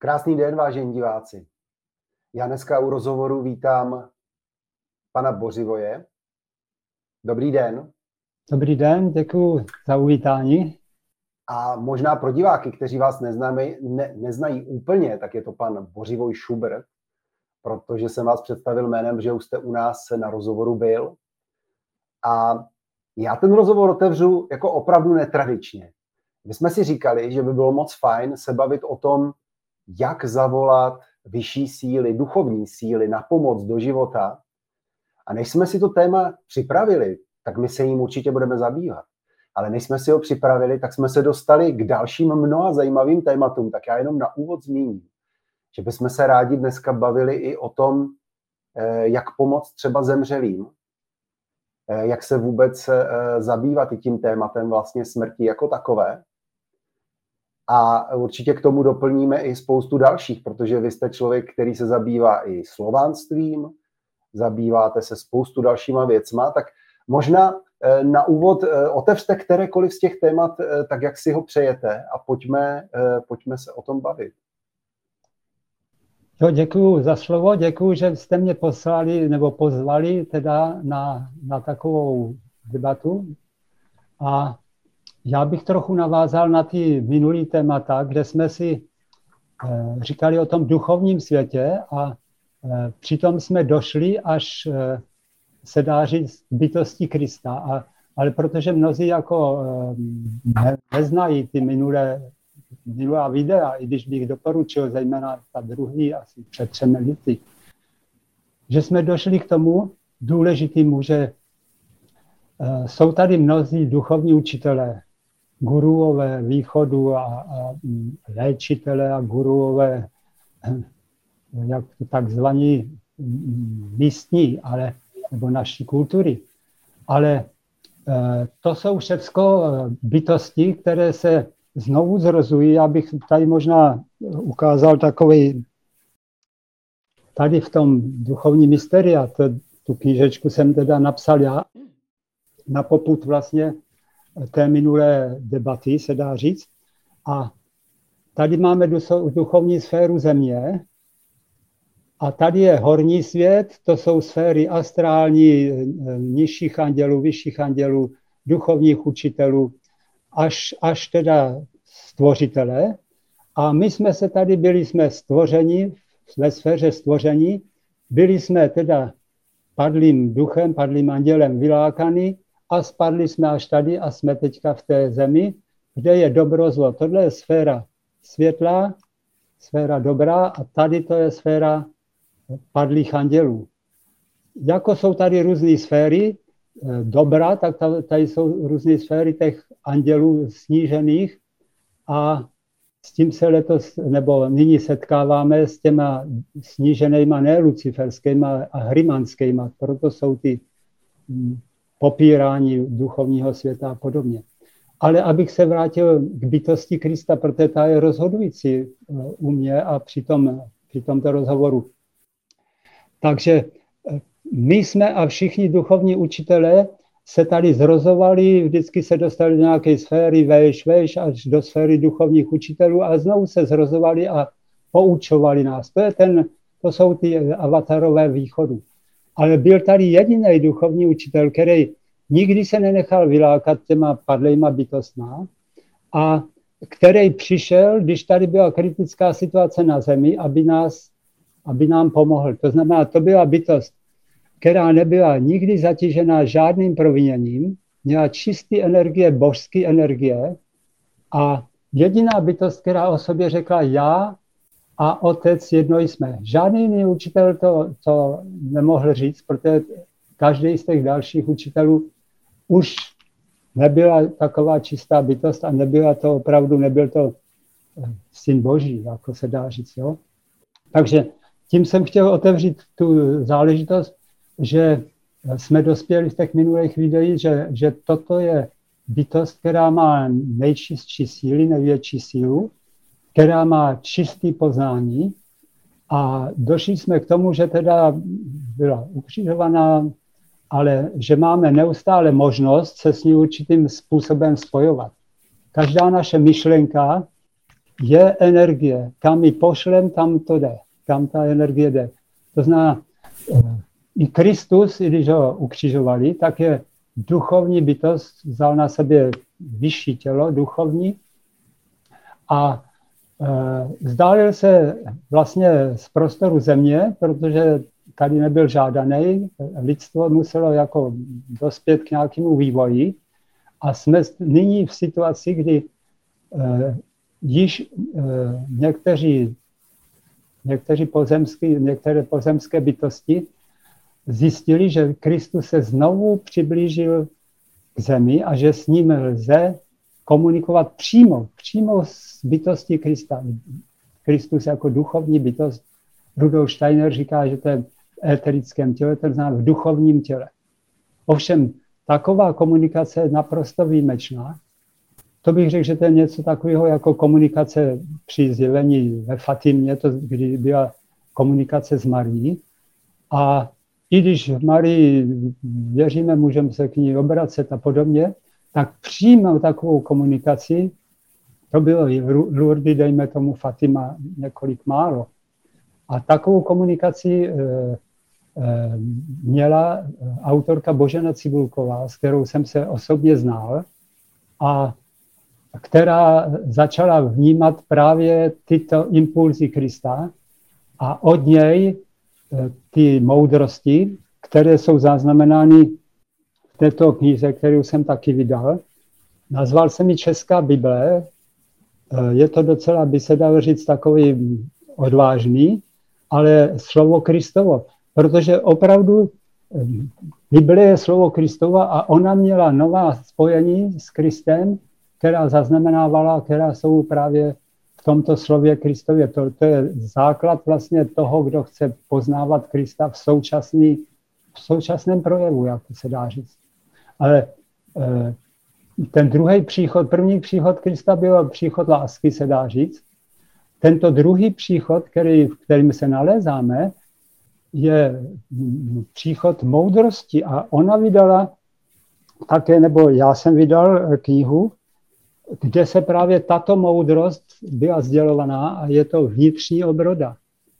Krásný den, vážení diváci. Já dneska u rozhovoru vítám pana Bořivoje. Dobrý den. Dobrý den, děkuji za uvítání. A možná pro diváky, kteří vás neznají úplně, tak je to pan Bořivoj Šubr, protože jsem vás představil jménem, že už jste u nás na rozhovoru byl. A já ten rozhovor otevřu jako opravdu netradičně. My jsme si říkali, že by bylo moc fajn se bavit o tom, jak zavolat vyšší síly, duchovní síly na pomoc do života. A než jsme si to téma připravili, tak my se jim určitě budeme zabývat. Ale než jsme si ho připravili, tak jsme se dostali k dalším mnoha zajímavým tématům. Tak já jenom na úvod zmíním, že bychom se rádi dneska bavili i o tom, jak pomoct třeba zemřelým, jak se vůbec zabývat i tím tématem vlastně smrti jako takové. A určitě k tomu doplníme i spoustu dalších, protože vy jste člověk, který se zabývá i slovanstvím, zabýváte se spoustu dalšíma věcma, tak možná na úvod otevřte kterékoliv z těch témat, tak jak si ho přejete a pojďme se o tom bavit. Jo, děkuji za slovo, děkuji, že jste mě poslali nebo pozvali teda na takovou debatu. A já bych trochu navázal na ty minulý témata, kde jsme si říkali o tom duchovním světě a přitom jsme došli až se dá říct bytosti Krista. Ale protože mnozí jako neznají ty minulá videa, i když bych doporučil, zejména ta druhý asi před 3 lety, že jsme došli k tomu důležitému, že jsou tady mnozí duchovní učitelé, guruové východu a léčitelé a guruové jak takzvaní místní, nebo naší kultury. Ale to jsou všechno bytosti, které se znovu zrozují. Já bych tady možná ukázal takový, tady v tom duchovní mysteria, tu knížečku jsem teda napsal já, na popud vlastně té minulé debaty, se dá říct. A tady máme duchovní sféru země a tady je horní svět, to jsou sféry astrální, nižších andělů, vyšších andělů, duchovních učitelů, až teda stvořitele. A my jsme se tady, byli jsme stvořeni, ve sféře stvoření, byli jsme teda padlým duchem, padlým andělem vylákaný a spadli jsme až tady a jsme teďka v té zemi, kde je dobro, zlo. Tohle je sféra světla, sféra dobra a tady to je sféra padlých andělů. Jako jsou tady různé sféry dobra, tak tady jsou různé sféry těch andělů snížených a s tím se letos, nebo nyní setkáváme s těma sníženýma, ne luciferskýma a hrimanskýma, proto jsou ty popírání duchovního světa a podobně. Ale abych se vrátil k bytosti Krista, protože ta je rozhodující u mě a při tomto rozhovoru. Takže my jsme a všichni duchovní učitelé se tady zrozovali, vždycky se dostali do nějaké sféry vejš až do sféry duchovních učitelů a znovu se zrozovali a poučovali nás. To jsou ty avatarové východu. Ale byl tady jediný duchovní učitel, který nikdy se nenechal vylákat těma padlejma bytostma a který přišel, když tady byla kritická situace na zemi, aby nám pomohl. To znamená, to byla bytost, která nebyla nikdy zatížená žádným proviněním, měla čisté energie, božské energie a jediná bytost, která o sobě řekla já a otec jedno jsme. Žádný jiný učitel to nemohl říct, protože každý z těch dalších učitelů už nebyla taková čistá bytost a nebyl to syn Boží, jako se dá říct. Jo? Takže tím jsem chtěl otevřít tu záležitost, že jsme dospěli v těch minulých videích, že toto je bytost, která má nejčistší síly, největší sílu, která má čistý poznání a došli jsme k tomu, že teda byla ukřižovaná, ale že máme neustále možnost se s ní určitým způsobem spojovat. Každá naše myšlenka je energie. Kam ji pošlem, tam to jde. Kam ta energie jde. To znamená, i Kristus, i když ho ukřižovali, tak je duchovní bytost, vzal na sebe vyšší tělo, duchovní, a vzdálil se vlastně z prostoru země, protože tady nebyl žádaný, lidstvo muselo jako dospět k nějakému vývoji a jsme nyní v situaci, kdy již některé pozemské bytosti zjistili, že Kristus se znovu přiblížil k zemi a že s ním lze komunikovat přímo s bytostí Krista. Kristus jako duchovní bytost. Rudolf Steiner říká, že to je v éterickém těle, to znamená v duchovním těle. Ovšem, taková komunikace je naprosto výjimečná. To bych řekl, že to je něco takového jako komunikace při zjevení ve Fatimě, kdy byla komunikace s Marií. A i když v Marii věříme, můžeme se k ní obracet a podobně, tak přímo takovou komunikaci, to bylo i Lourdes, dejme tomu Fatima několik málo. A takovou komunikaci měla autorka Božena Cibulková, s kterou jsem se osobně znal a která začala vnímat právě tyto impulzy Krista a od něj ty moudrosti, které jsou zaznamenány v této knize, kterou jsem taky vydal. Nazval jsem ji Česká Bible. Je to docela, by se dalo říct, takový odvážný, ale slovo Kristovo. Protože opravdu Bible je slovo Kristova a ona měla nová spojení s Kristem, která zaznamenávala, která jsou právě v tomto slově Kristově. To je základ vlastně toho, kdo chce poznávat Krista v současném projevu, jak se dá říct. Ale ten první příchod Krista byl příchod lásky, se dá říct. Tento druhý příchod, v kterým se nalézáme, je příchod moudrosti a ona vydala také, nebo já jsem vydal knihu, kde se právě tato moudrost byla sdělovaná a je to vnitřní obroda.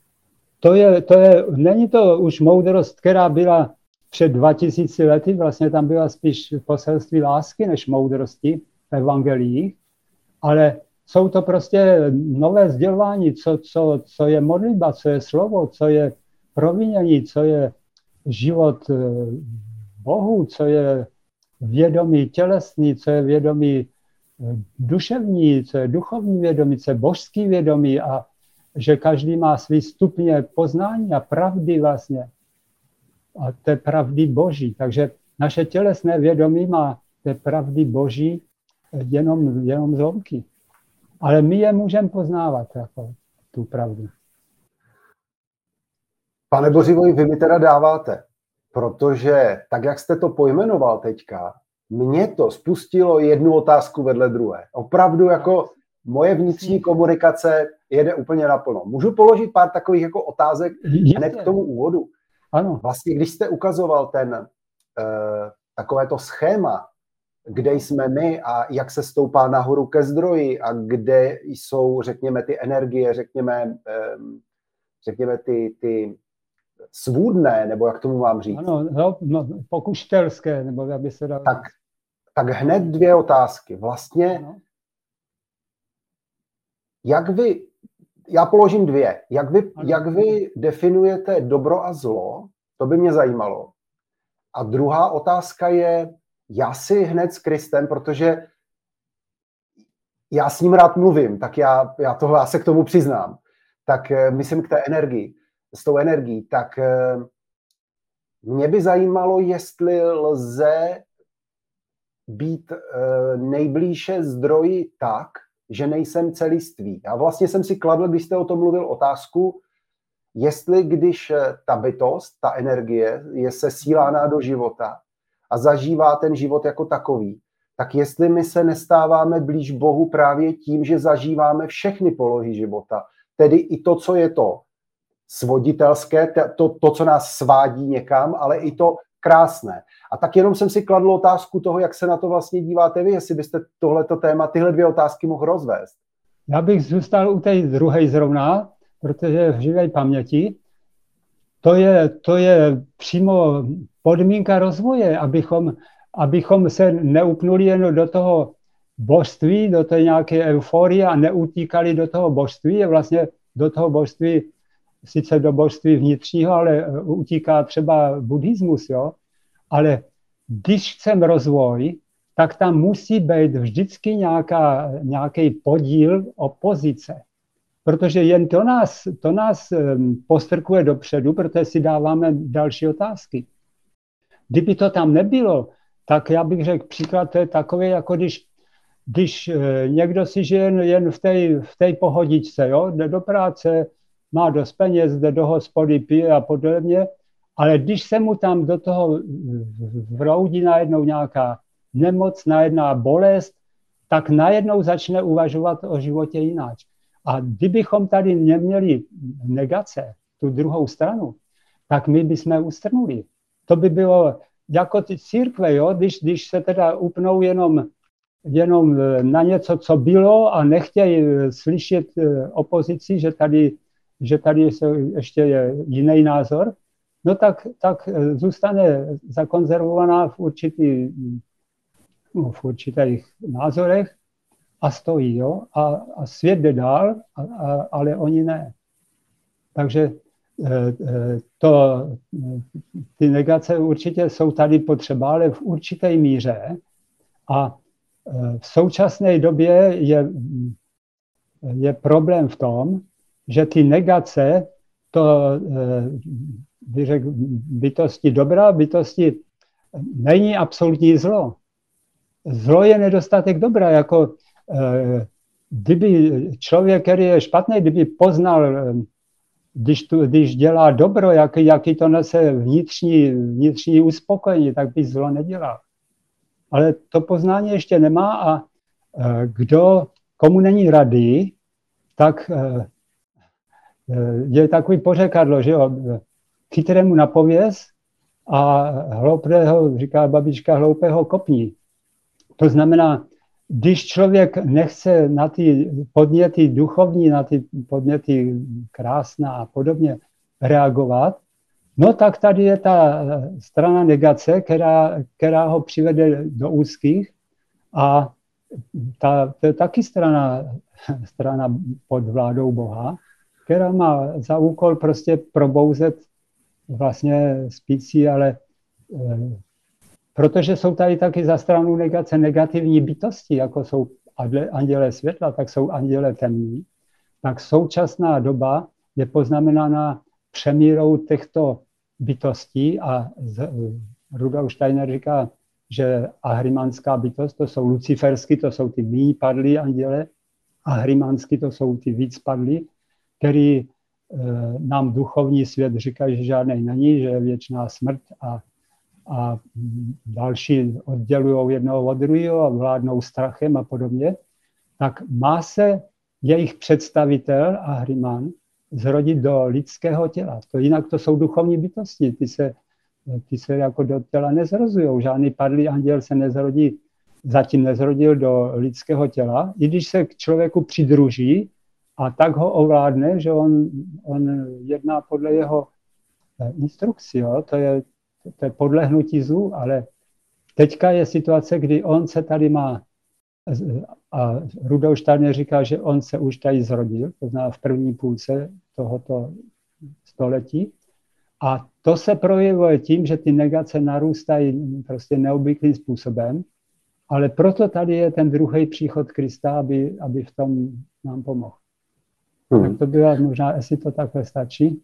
Není to už moudrost, která byla před 2000 lety, vlastně tam byla spíš poselství lásky než moudrosti v evangeliích, ale jsou to prostě nové sdělování, co je modlitba, co je slovo, co je provinění, co je život Bohu, co je vědomí tělesný, co je vědomí duševní, co je duchovní vědomí, co je božský vědomí a že každý má svý stupně poznání a pravdy vlastně. A té pravdy Boží. Takže naše tělesné vědomí má té pravdy Boží jenom zlomky. Ale my je můžeme poznávat jako tu pravdu. Pane Bořivoj, vy mi teda dáváte, protože tak, jak jste to pojmenoval teďka, mě to spustilo jednu otázku vedle druhé. Opravdu jako moje vnitřní komunikace jede úplně naplno. Můžu položit pár takových jako otázek hned k tomu úvodu? Ano. Vlastně, když jste ukazoval takovéto schéma, kde jsme my a jak se stoupá nahoru ke zdroji a kde jsou, řekněme, ty energie, řekněme ty svůdné, nebo jak tomu mám říct. Ano, pokuštelské, nebo jak by se dalo. Tak hned dvě otázky. Vlastně, ano. Já položím dvě. Jak vy definujete dobro a zlo? To by mě zajímalo. A druhá otázka je, já si hned s Kristem, protože já s ním rád mluvím, tak já se k tomu přiznám. Tak myslím k té energii, s tou energií, tak mě by zajímalo, jestli lze být nejblíže zdroji tak, že nejsem celistvý. A vlastně jsem si kladl, když jste o tom mluvil, otázku, jestli když ta bytost, ta energie je sesílána do života a zažívá ten život jako takový, tak jestli my se nestáváme blíž Bohu právě tím, že zažíváme všechny polohy života, tedy i to, co je to svoditelské, to, co nás svádí někam, ale i to krásné. A tak jenom jsem si kladl otázku toho, jak se na to vlastně díváte vy, jestli byste tohleto téma, tyhle dvě otázky mohl rozvést. Já bych zůstal u té druhé zrovna, protože v živé paměti to je přímo podmínka rozvoje, abychom se neupnuli jen do toho božství, do té nějaké euforie a neutíkali do toho božství. Vlastně do toho božství, sice do božství vnitřního, ale utíká třeba buddhismus, jo. Ale když chceme rozvoj, tak tam musí být vždycky nějaký podíl opozice. Protože jen to nás postrkuje dopředu, protože si dáváme další otázky. Kdyby to tam nebylo, tak já bych řekl, příklad to je takový, jako když někdo si žije jen v té pohodičce, jo? Jde do práce, má dost peněz, jde do hospody, pije a podobně, ale když se mu tam do toho vroudí najednou nějaká nemoc, najednou bolest, tak najednou začne uvažovat o životě jinak. A kdybychom tady neměli negace, tu druhou stranu, tak my bychom ustrnuli. To by bylo jako ty církve, jo? Když se teda upnou jenom na něco, co bylo a nechtějí slyšet opozici, že tady ještě je jiný názor, no tak zůstane zakonzervovaná v určitých názorech a stojí, jo? A svět jde dál, ale oni ne. Takže ty negace určitě jsou tady potřeba, ale v určité míře. A v současné době je problém v tom, že ty negace, to bytosti dobrá, bytosti není absolutní zlo. Zlo je nedostatek dobra, jako kdyby člověk, který je špatný, kdyby poznal, když dělá dobro, jaký to nese vnitřní uspokojení, tak by zlo nedělal. Ale to poznání ještě nemá a komu není rady, tak je takový pořekadlo, že jo, chytrému napověz a hloupého, říká babička, hloupého kopni. To znamená, když člověk nechce na ty podněty duchovní, na ty podněty krásná a podobně reagovat, no tak tady je ta strana negace, která ho přivede do úzkých a to je taky strana pod vládou Boha, která má za úkol prostě probouzet vlastně spící, ale protože jsou tady taky za stranu negace negativní bytosti, jako jsou anděle světla, tak jsou anděle temní, tak současná doba je poznamenána přemírou těchto bytostí a Rudolf Steiner říká, že ahrimanská bytost, to jsou luciferský, to jsou ty méně padlí anděle, ahrimanský, to jsou ty víc padlí, který nám duchovní svět říká, že žádnej není, že je věčná smrt a další oddělují jednoho od druhého a vládnou strachem a podobně, tak má se jejich představitel Ahriman zrodit do lidského těla. Jinak to jsou duchovní bytosti, ty se jako do těla nezrozují. Žádný padlý anděl se zatím nezrodil do lidského těla, i když se k člověku přidruží a tak ho ovládne, že on jedná podle jeho instrukcí. Jo? To je podlehnutí zlu, ale teďka je situace, kdy on se tady má, a Rudolf Steiner říká, že on se už tady zrodil, to znamená v první půlce tohoto století, a to se projevuje tím, že ty negace narůstají prostě neobvyklým způsobem, ale proto tady je ten druhý příchod Krista, aby v tom nám pomohl. Tak to bylo možná, jestli to takhle stačí.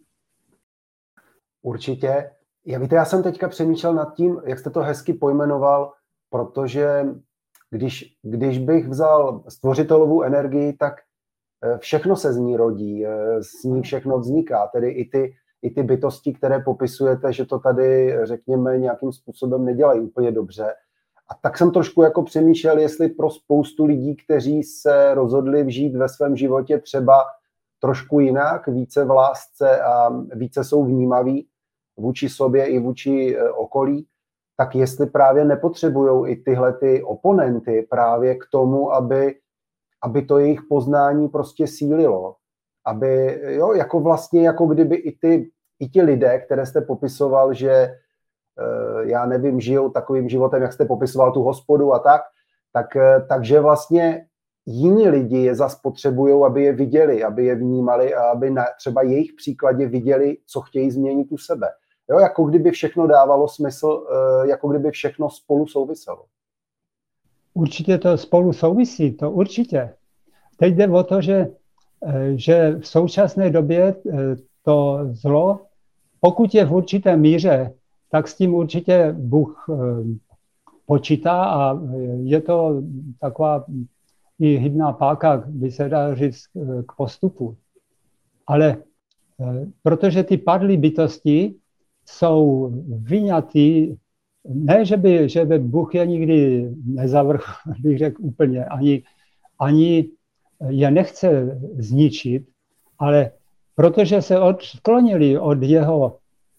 Určitě. Já jsem teďka přemýšlel nad tím, jak jste to hezky pojmenoval, protože když bych vzal stvořitelovu energii, tak všechno se z ní rodí, z ní všechno vzniká, tedy i ty bytosti, které popisujete, že to tady, řekněme, nějakým způsobem nedělají úplně dobře. A tak jsem trošku jako přemýšlel, jestli pro spoustu lidí, kteří se rozhodli žít ve svém životě třeba trošku jinak, více v lásce a více jsou vnímaví vůči sobě i vůči okolí, tak jestli právě nepotřebujou i tyhle ty oponenty právě k tomu, aby aby to jejich poznání prostě sílilo. Aby, jo, jako vlastně, jako kdyby i ti lidé, které jste popisoval, že já nevím, žijou takovým životem, jak jste popisoval tu hospodu a takže vlastně jiní lidi je zas potřebují, aby je viděli, aby je vnímali a aby na třeba jejich příkladě viděli, co chtějí změnit u sebe. Jo, jako kdyby všechno dávalo smysl, jako kdyby všechno spolu souviselo. Určitě to spolu souvisí, to určitě. Teď jde o to, že v současné době to zlo, pokud je v určité míře, tak s tím určitě Bůh počítá a je to taková i hybná páka, by se dá říct, k postupu. Ale protože ty padlé bytosti jsou vyňatý, ne, že by Bůh je nikdy nezavrhl, bych řekl úplně, ani je nechce zničit, ale protože se odklonili od jeho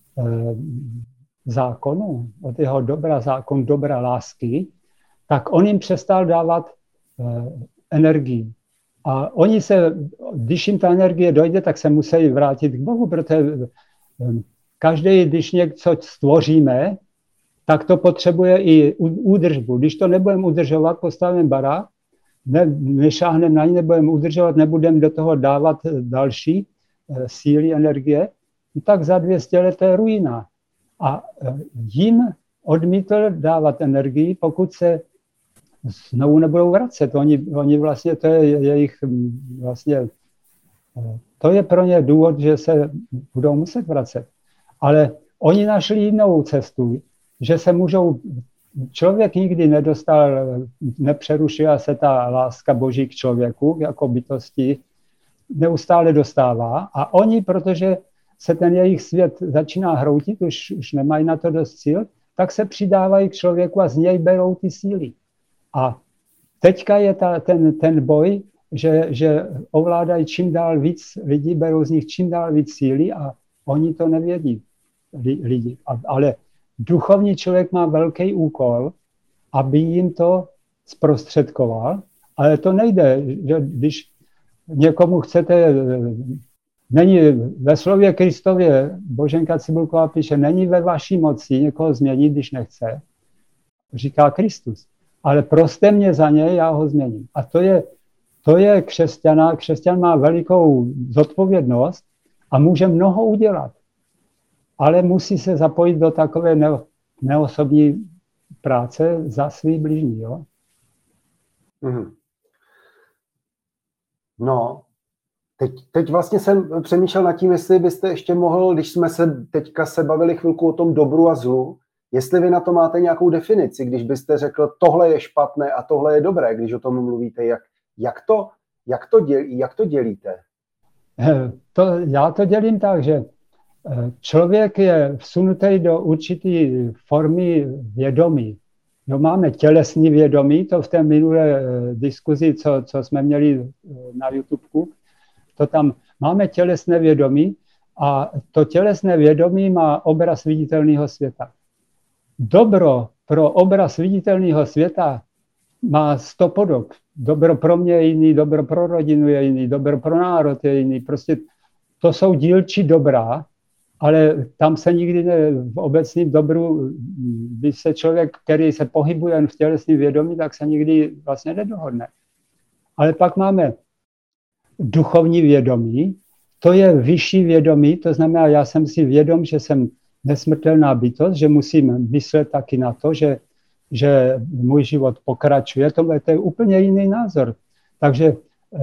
zákonu, od jeho zákon dobra lásky, tak on jim přestal dávat energii. A oni se, když jim ta energie dojde, tak se musí vrátit k Bohu, protože každý, když něco stvoříme, tak to potřebuje i údržbu. Když to nebudeme udržovat, postavíme barák, nešáhneme na ně, nebudeme udržovat, nebudeme do toho dávat další síly, energie, tak za 200 let to je ruina. A jim odmítl dávat energii, pokud se znovu nebudou vracet. Oni vlastně, to je jejich vlastně, to je pro ně důvod, že se budou muset vracet. Ale oni našli jinou cestu, že se můžou, člověk nikdy nepřerušila se ta láska Boží k člověku, jako bytosti, neustále dostává a oni, protože se ten jejich svět začíná hroutit, už nemají na to dost sil, tak se přidávají k člověku a z něj berou ty síly. A teďka je ten boj, že ovládají čím dál víc lidí, berou z nich čím dál víc síly a oni to nevědí, lidi. Ale duchovní člověk má velký úkol, aby jim to zprostředkoval, ale to nejde, že když někomu chcete, není ve slově Kristově, Boženka Cibulková píše, není ve vaší moci někoho změnit, když nechce, říká Kristus. Ale proste mě za něj, já ho změním. A to je křesťana. Křesťan má velikou zodpovědnost a může mnoho udělat. Ale musí se zapojit do takové neosobní práce za svý bližní. Jo? Mm. No, teď vlastně jsem přemýšlel nad tím, jestli byste ještě mohl, když jsme se teďka se chvilku o tom dobru a zlu, jestli vy na to máte nějakou definici, když byste řekl, tohle je špatné a tohle je dobré, když o tom mluvíte, jak to dělíte? Já to dělím tak, že člověk je vsunutý do určité formy vědomí. No, máme tělesný vědomí, to v té minulé diskuzi, co jsme měli na YouTubeku, to tam máme tělesné vědomí a to tělesné vědomí má obraz viditelného světa. Dobro pro obraz viditelného světa má 100 podob. Dobro pro mě je jiný, dobro pro rodinu je jiný, dobro pro národ je jiný. Prostě to jsou dílčí dobrá, ale tam se nikdy v obecném dobru, když se člověk, který se pohybuje jen v tělesném vědomí, tak se nikdy vlastně nedohodne. Ale pak máme duchovní vědomí, to je vyšší vědomí, to znamená, já jsem si vědom, že jsem nesmrtelná bytost, že musím myslet taky na to, že můj život pokračuje, to je úplně jiný názor. Takže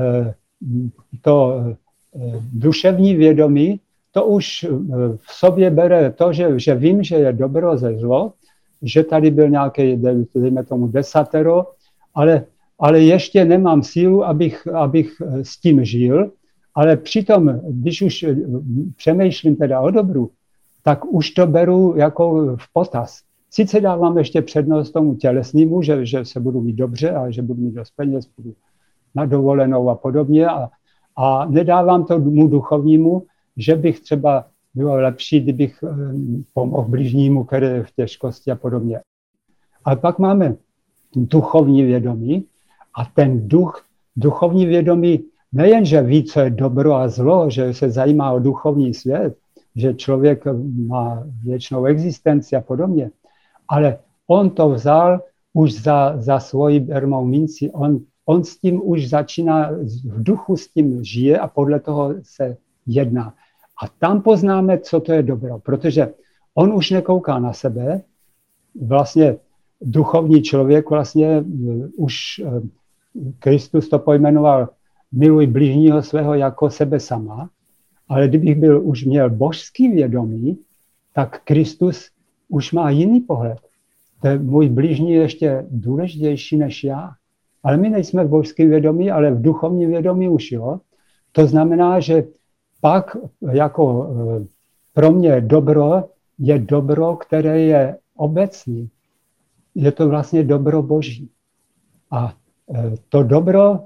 to duševní, vědomí, to už v sobě bere to, že vím, že je dobro ze zlo, že tady byl nějaký, dejme tomu, desatero, ale ještě nemám sílu, abych s tím žil, ale přitom, když už přemýšlím teda o dobru, tak už to beru jako v potaz. Sice dávám ještě přednost tomu tělesnému, že se budu mít dobře a že budu mít dost peněz, budu na dovolenou a podobně a nedávám to mu duchovnímu, že bych třeba bylo lepší, kdybych pomohl bližnímu, který je v těžkosti a podobně. Ale pak máme duchovní vědomí a ten duch duchovní vědomí nejenže ví, co je dobro a zlo, že se zajímá o duchovní svět, že člověk má věčnou existenci a podobně, ale on to vzal už za svoji bermou minci. On s tím už začíná, v duchu s tím žije a podle toho se jedná. A tam poznáme, co to je dobro, protože on už nekouká na sebe, vlastně duchovní člověk, vlastně už Kristus to pojmenoval miluj bližního svého jako sebe sama, ale kdybych už měl božský vědomí, tak Kristus už má jiný pohled. Můj bližní je ještě důležitější než já. Ale my nejsme v božském vědomí, ale v duchovním vědomí už jo. To znamená, že pak jako pro mě dobro je dobro, které je obecný. Je to vlastně dobro boží. A to dobro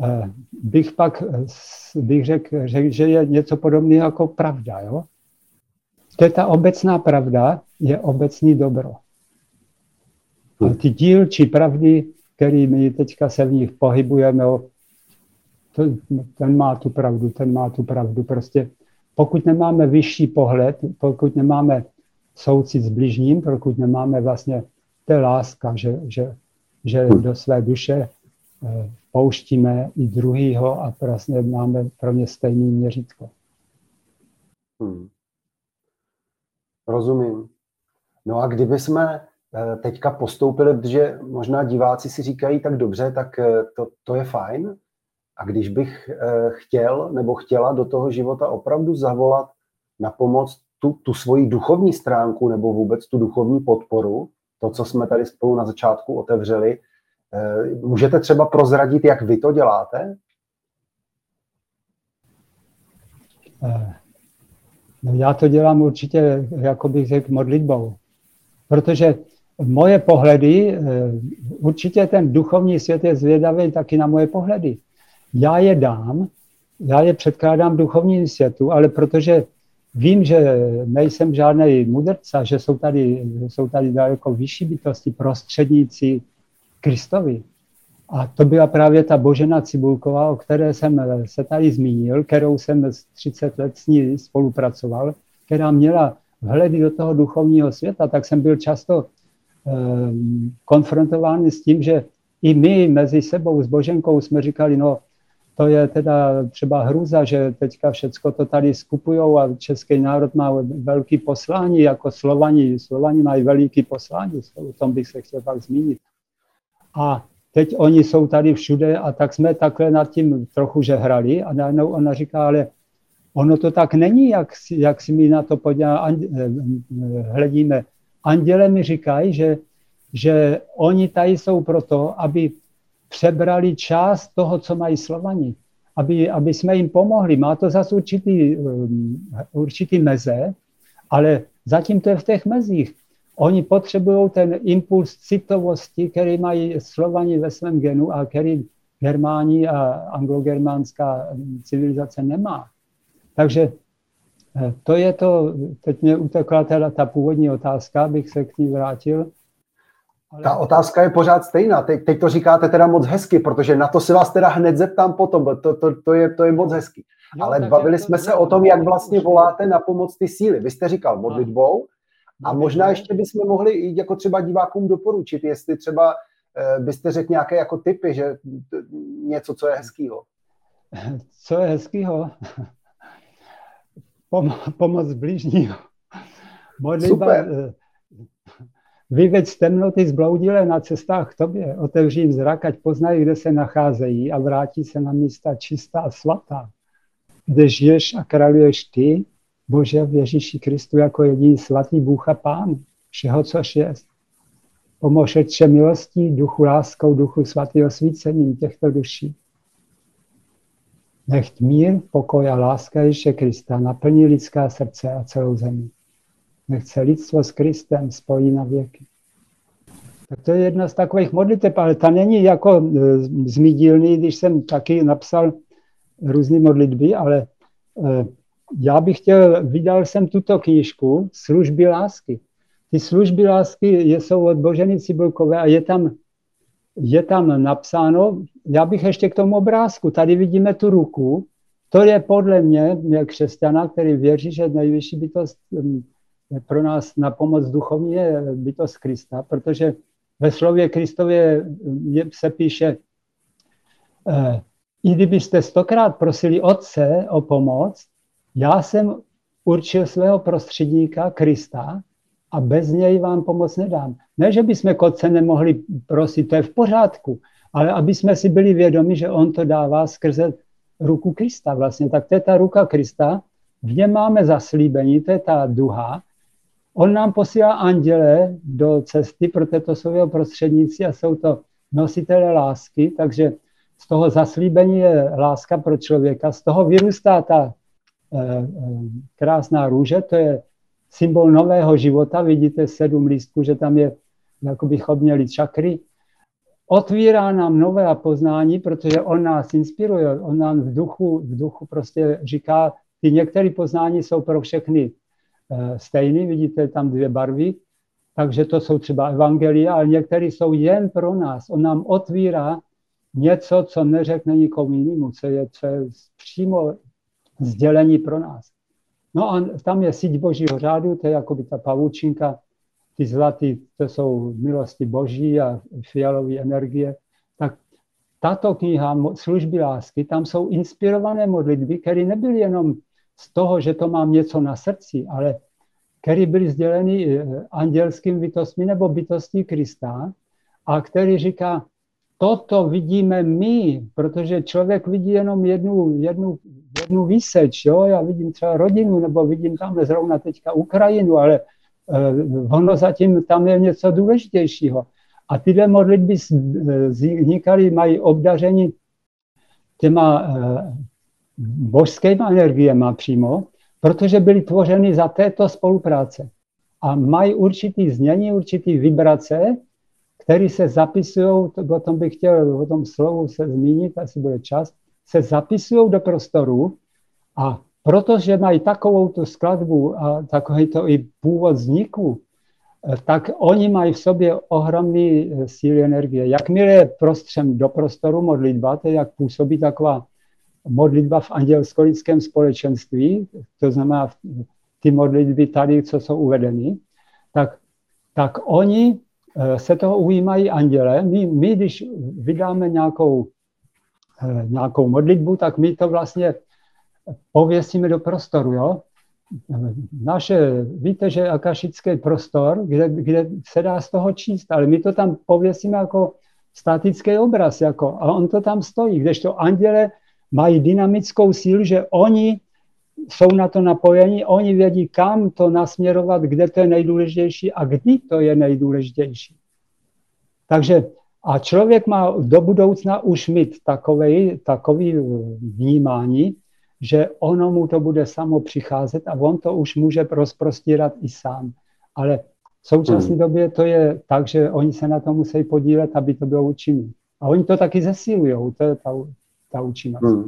bych řekl, že je něco podobného jako pravda. Jo? To je ta obecná pravda, je obecný dobro. A ty dílčí pravdy, které my teďka se v nich pohybujeme, ten má tu pravdu. Prostě pokud nemáme vyšší pohled, pokud nemáme soucit s bližním, pokud nemáme vlastně té láska, že do své duše pouštíme i druhýho a vlastně máme pro ně stejný měřítko. Rozumím. No a kdyby jsme teďka postoupili, protože možná diváci si říkají tak dobře, tak to je fajn. A když bych chtěl nebo chtěla do toho života opravdu zavolat na pomoc tu svoji duchovní stránku nebo vůbec tu duchovní podporu, to, co jsme tady spolu na začátku otevřeli, můžete třeba prozradit, jak vy to děláte? No já to dělám určitě, jako bych řekl, modlitbou. Protože moje pohledy, určitě ten duchovní svět je zvědavý taky na moje pohledy. Já je předkládám duchovnímu světu, ale protože vím, že nejsem žádný mudrca, že jsou tady daleko vyšší bytosti, prostředníci Kristovi. A to byla právě ta Božena Cibulková, o které jsem se tady zmínil, kterou jsem 30 let s ní spolupracoval, která měla vhledy do toho duchovního světa, tak jsem byl často konfrontován s tím, že i my mezi sebou s Boženkou jsme říkali, no to je teda třeba hrůza, že teďka všecko to tady skupujou a český národ má velký poslání, jako Slovani mají veliký poslání, o tom bych se chtěl pak zmínit. A teď oni jsou tady všude a tak jsme takhle nad tím trochu žehrali a najednou ona říká, ale ono to tak není, jak si my na to hledíme. Anděle mi říkají, že oni tady jsou proto, aby přebrali část toho, co mají Slovani, aby jsme jim pomohli. Má to zase určitý meze, ale zatím to je v těch mezích. Oni potřebují ten impuls citovosti, který mají Slovani ve svém genu a který Germáni a anglogermánská civilizace nemá. Takže to je to, teď mě utekla teda ta původní otázka, bych se k ní vrátil. Ta otázka je pořád stejná. Teď to říkáte teda moc hezky, protože na to se vás teda hned zeptám potom, to je moc hezky. Jo, ale bavili jsme se o tom, jak vlastně voláte na pomoc ty síly. Vy jste říkal modlitbou a možná ještě bychom mohli jako třeba divákům doporučit, jestli třeba byste řekl nějaké jako tipy, že něco, co je hezkýho. Co je hezkýho? Pomoc blížního. Modlitba. Vyveď z temnoty zbloudilé na cestách k tobě, otevři jim zrak, ať poznají, kde se nacházejí a vrátí se na místa čistá a svatá, kde žiješ a králuješ ty, Bože, v Ježíši Kristu jako jediný svatý Bůh a Pán všeho, což je. Pomož Otče milostí, duchu láskou, duchu svatý osvícením těchto duší. Nech mír, pokoj a láska Ježíše Krista naplní lidská srdce a celou zemi. Nech se lidstvo s Kristem spojí na věky. Tak to je jedna z takových modliteb, ale ta není jako z mý dílny, když jsem taky napsal různé modlitby, ale vydal jsem tuto knížku Služby lásky. Ty služby lásky jsou od Boženy Cibulkové a je tam je tam napsáno, já bych ještě k tomu obrázku, tady vidíme tu ruku, to je podle mě křesťana, který věří, že nejvyšší bytost pro nás na pomoc duchovní je bytost Krista, protože ve slově Kristově se píše, i kdybyste 100krát prosili Otce o pomoc, já jsem určil svého prostředníka Krista a bez něj vám pomoc nedám. Ne, že bychom k Otce nemohli prosit, to je v pořádku, ale aby jsme si byli vědomi, že on to dává skrze ruku Krista vlastně. Tak to je ta ruka Krista, v něm máme zaslíbení, to je ta duha. On nám posílá anděle do cesty, protože to jsou jeho prostředníci a jsou to nositelé lásky, takže z toho zaslíbení je láska pro člověka, z toho vyrůstá ta krásná růže, to je symbol nového života, vidíte 7 lístků, že tam je, jako bychom měli čakry. Otvírá nám nové poznání, protože on nás inspiruje, on nám v duchu prostě říká, ty některé poznání jsou pro všechny stejný, vidíte tam 2 barvy, takže to jsou třeba evangelia, ale některé jsou jen pro nás. On nám otvírá něco, co neřekne nikomu jinému, co je přímo sdělení pro nás. No a tam je síť Božího řádu, to je jako by ta pavučinka, ty zlatý, to jsou milosti Boží a fialové energie. Tak tato kniha Služby lásky, tam jsou inspirované modlitby, které nebyly jenom z toho, že to mám něco na srdci, ale které byly sděleny andělským bytostmi nebo bytostí Krista a který říká, toto vidíme my, protože člověk vidí jenom jednu výseč, jo? Já vidím třeba rodinu, nebo vidím tamhle zrovna teďka Ukrajinu, ale ono zatím tam je něco důležitějšího. A tyhle modlitby vznikaly, mají obdaření těma božskýma energiema přímo, protože byly tvořeny za této spolupráce. A mají určitý znění, určitý vibrace, které se zapisují, o tom bych chtěl, o tom slovu se zmínit, asi bude čas, se zapisují do prostoru a protože mají takovou tu skladbu a takový to i původ vzniku, tak oni mají v sobě ohromný síly energie. Jakmile prostřem do prostoru modlitba, to je jak působí taková modlitba v andělsko-lidském společenství, to znamená ty modlitby tady, co jsou uvedeny, tak oni se toho ujímají anděle. My když vydáme nějakou modlitbu, tak my to vlastně pověsíme do prostoru. Jo? Víte, že akašický prostor, kde se dá z toho číst, ale my to tam pověsíme jako statický obraz, a on to tam stojí, kdežto anděle mají dynamickou sílu, že oni jsou na to napojeni, oni vědí, kam to nasměrovat, kde to je nejdůležitější a kdy to je nejdůležitější. Takže a člověk má do budoucna už mít takový vnímání, že ono mu to bude samo přicházet a on to už může rozprostírat i sám. Ale v současné době to je tak, že oni se na to musí podílet, aby to bylo účinné. A oni to taky zesílují, to je ta účinnost.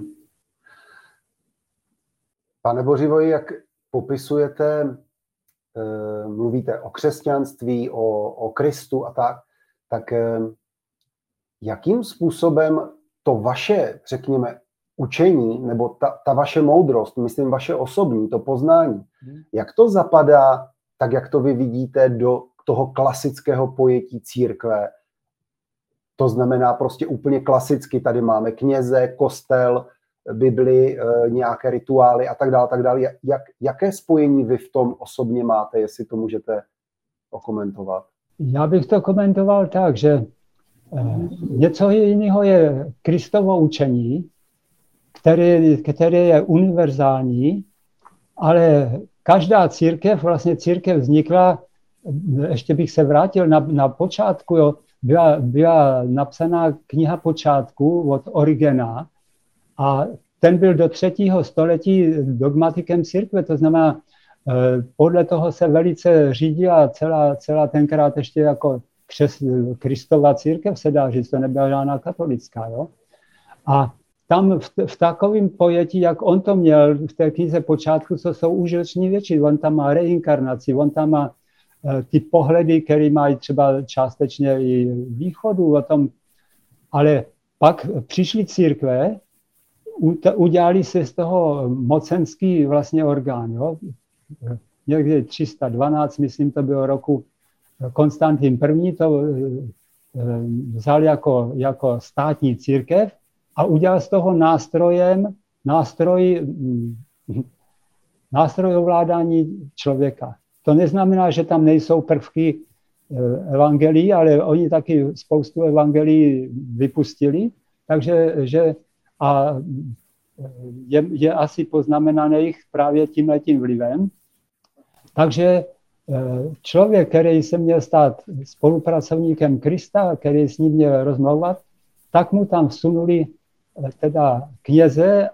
Pane Bořivoji, jak popisujete, mluvíte o křesťanství, o Kristu a tak jakým způsobem to vaše, řekněme, učení, nebo ta vaše moudrost, myslím vaše osobní, to poznání, jak to zapadá, tak jak to vy vidíte, do toho klasického pojetí církve? To znamená prostě úplně klasicky, tady máme kněze, kostel, Bibli, nějaké rituály a tak dále. Jaké spojení vy v tom osobně máte, jestli to můžete okomentovat? Já bych to komentoval tak, že něco jiného je Kristovo učení, které je univerzální, ale každá církev, vlastně církev vznikla, ještě bych se vrátil na počátku, jo, byla napsaná kniha počátku od Origena a ten byl do 3. století dogmatikem církve, to znamená, podle toho se velice řídila celá tenkrát ještě jako Kristova církev, se dá říct, to nebyla žádná katolická. Jo? A tam v takovém pojetí, jak on to měl v té knize počátku, co jsou užitečné věci, on tam má reinkarnaci, on tam má ty pohledy, které mají třeba částečně i východu, o tom Ale pak přišly církve, udělali se z toho mocenský vlastně orgán. Jo? Někdy 312, myslím, to bylo roku Konstantin I. to vzal jako státní církev a udělal z toho nástroj ovládání člověka. To neznamená, že tam nejsou prvky evangelií, ale oni taky spoustu evangelií vypustili, takže je asi poznamenaný jich právě tímhletím vlivem. Takže člověk, který se měl stát spolupracovníkem Krista, který s ním měl rozmlouvat, tak mu tam vsunuli teda kněze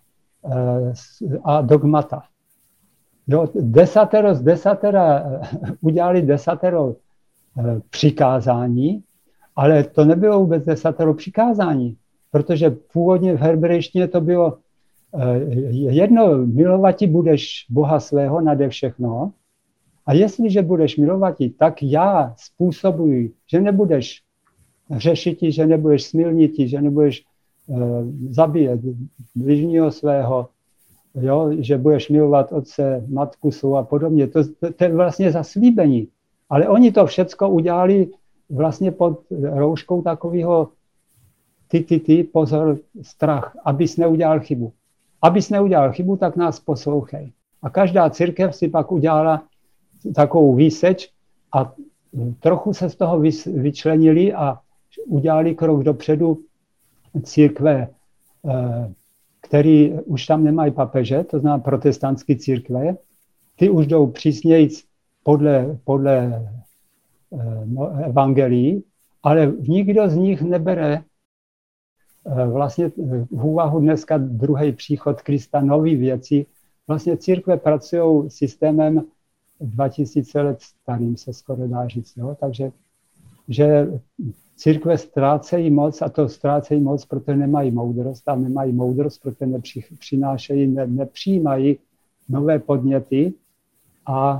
a dogmata. Jo, z desatera udělali desatero přikázání, ale to nebylo vůbec desatero přikázání, protože původně v hebrejštině to bylo jedno, milovati budeš Boha svého nade všechno, a jestliže budeš milovati, tak já způsobuji, že nebudeš hřešiti, že nebudeš smilniti, že nebudeš zabíjet bližního svého, jo, že budeš milovat otce, matku svou a podobně. To je vlastně zaslíbení. Ale oni to všecko udělali vlastně pod rouškou takového pozor, strach, abys neudělal chybu. Abys neudělal chybu, tak nás poslouchej. A každá církev si pak udělala takovou výseč a trochu se z toho vyčlenili a udělali krok dopředu církve, který už tam nemají papeže, to znamená protestantské církve. Ty už jdou přísnějc podle evangelií, ale nikdo z nich nebere vlastně v úvahu dneska druhý příchod Krista, nový věci. Vlastně církve pracují systémem 2000 let starým, se skoro dá říct. Jo? Takže že církve ztrácejí moc, a to ztrácejí moc, protože nemají moudrost, a nemají moudrost, protože nepřijímají nové podněty, a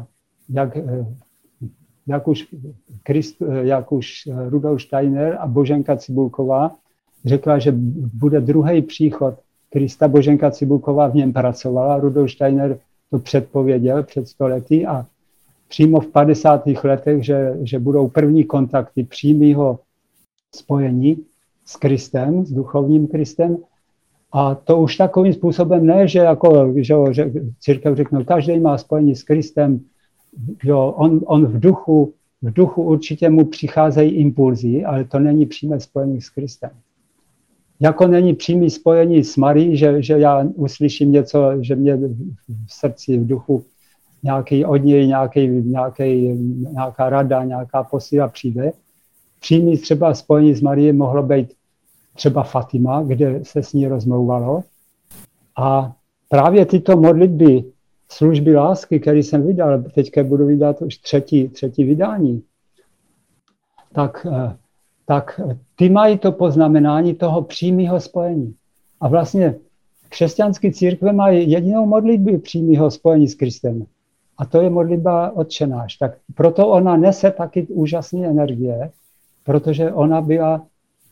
jak už Rudolf Steiner a Boženka Cibulková řekla, že bude druhý příchod Krista. Boženka Cibulková v něm pracovala, Rudolf Steiner to předpověděl před 100 lety a přímo v 50. letech, že budou první kontakty přímého spojení s Kristem, s duchovním Kristem. A to už takovým způsobem ne, že církev řekne, každý má spojení s Kristem, jo, on v duchu určitě mu přicházejí impulzy, ale to není přímé spojení s Kristem. Jako není přímé spojení s Marií, že já uslyším něco, že mě v srdci, v duchu od něj nějaká rada, nějaká posila přijde. Přímý třeba spojení s Marií mohlo být třeba Fatima, kde se s ní rozmlouvalo. A právě tyto modlitby, služby lásky, které jsem vydal, teďka budu vydat už třetí vydání, tak ty mají to poznamenání toho přímého spojení. A vlastně křesťanské církve mají jedinou modlitbu přímého spojení s Kristem. A to je modlitba Otče náš. Tak proto ona nese taky úžasné energie, protože ona byla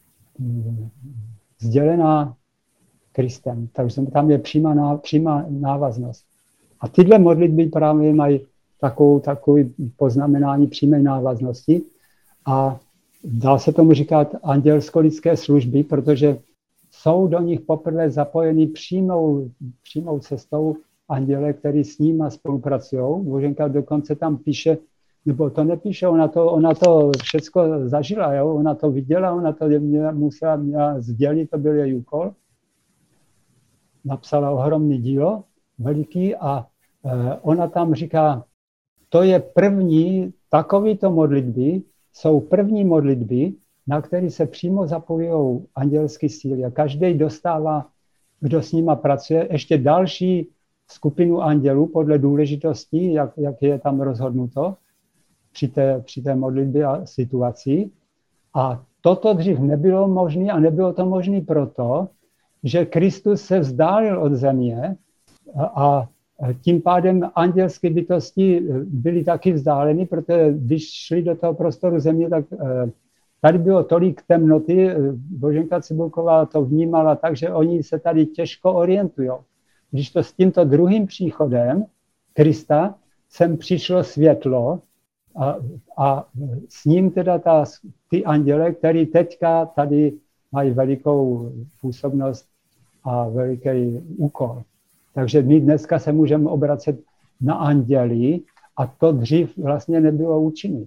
sdělená Kristem. Takže tam je přímá návaznost. A tyhle modlitby právě mají takový poznamenání přímé návaznosti. A dá se tomu říkat andělsko-lidské služby, protože jsou do nich poprvé zapojeni přímou cestou anděle, který s nima spolupracují. Boženka dokonce tam píše, nebo to nepíše, ona to všecko zažila, jo? Ona to viděla, ona to musela sdělit, to byl její úkol. Napsala ohromný dílo, veliký, a ona tam říká, to je první, takovýto modlitby jsou první modlitby, na které se přímo zapojují andělské síly. A každý dostává, kdo s nima pracuje, ještě další skupinu andělů podle důležitosti, jak je tam rozhodnuto při té modlitbě a situaci. A toto dřív nebylo možné, a nebylo to možné proto, že Kristus se vzdálil od země a tím pádem andělské bytosti byly taky vzdáleny, protože když šli do toho prostoru země, tak tady bylo tolik temnoty, Boženka Cibulková to vnímala tak, že oni se tady těžko orientují. Když to s tímto druhým příchodem Krista sem přišlo světlo a s ním teda ty anděle, který teďka tady mají velikou působnost a veliký úkol. Takže my dneska se můžeme obracet na anděli a to dřív vlastně nebylo účinné.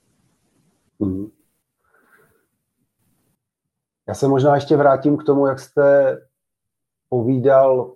Já se možná ještě vrátím k tomu, jak jste povídal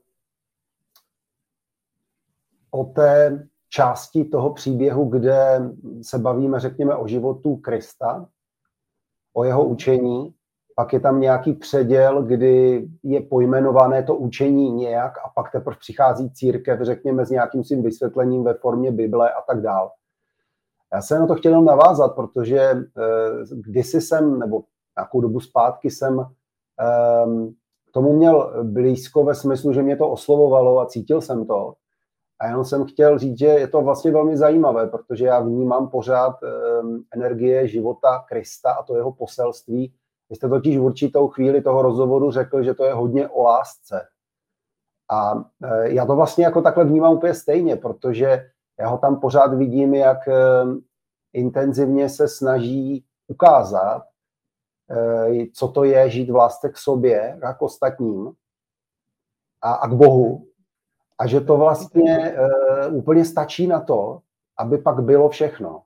o té části toho příběhu, kde se bavíme, řekněme, o životu Krista, o jeho učení. Pak je tam nějaký předěl, kdy je pojmenované to učení nějak a pak teprve přichází církev, řekněme, s nějakým svým vysvětlením ve formě Bible a tak dál. Já se na to chtěl navázat, protože kdysi jsem, nebo nějakou dobu zpátky jsem k tomu měl blízko ve smyslu, že mě to oslovovalo a cítil jsem to. A jenom jsem chtěl říct, že je to vlastně velmi zajímavé, protože já vnímám pořád energie života Krista a to jeho poselství. Vy jste totiž v určitou chvíli toho rozhovoru řekl, že to je hodně o lásce. A já to vlastně jako takhle vnímám úplně stejně, protože já ho tam pořád vidím, jak intenzivně se snaží ukázat, co to je žít v lásce k sobě a k ostatním a k Bohu. A že to vlastně úplně stačí na to, aby pak bylo všechno.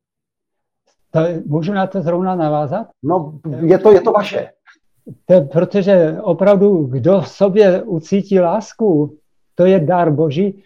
Můžu na to zrovna navázat? No, je to vaše. Protože opravdu, kdo v sobě ucítí lásku, to je dar Boží,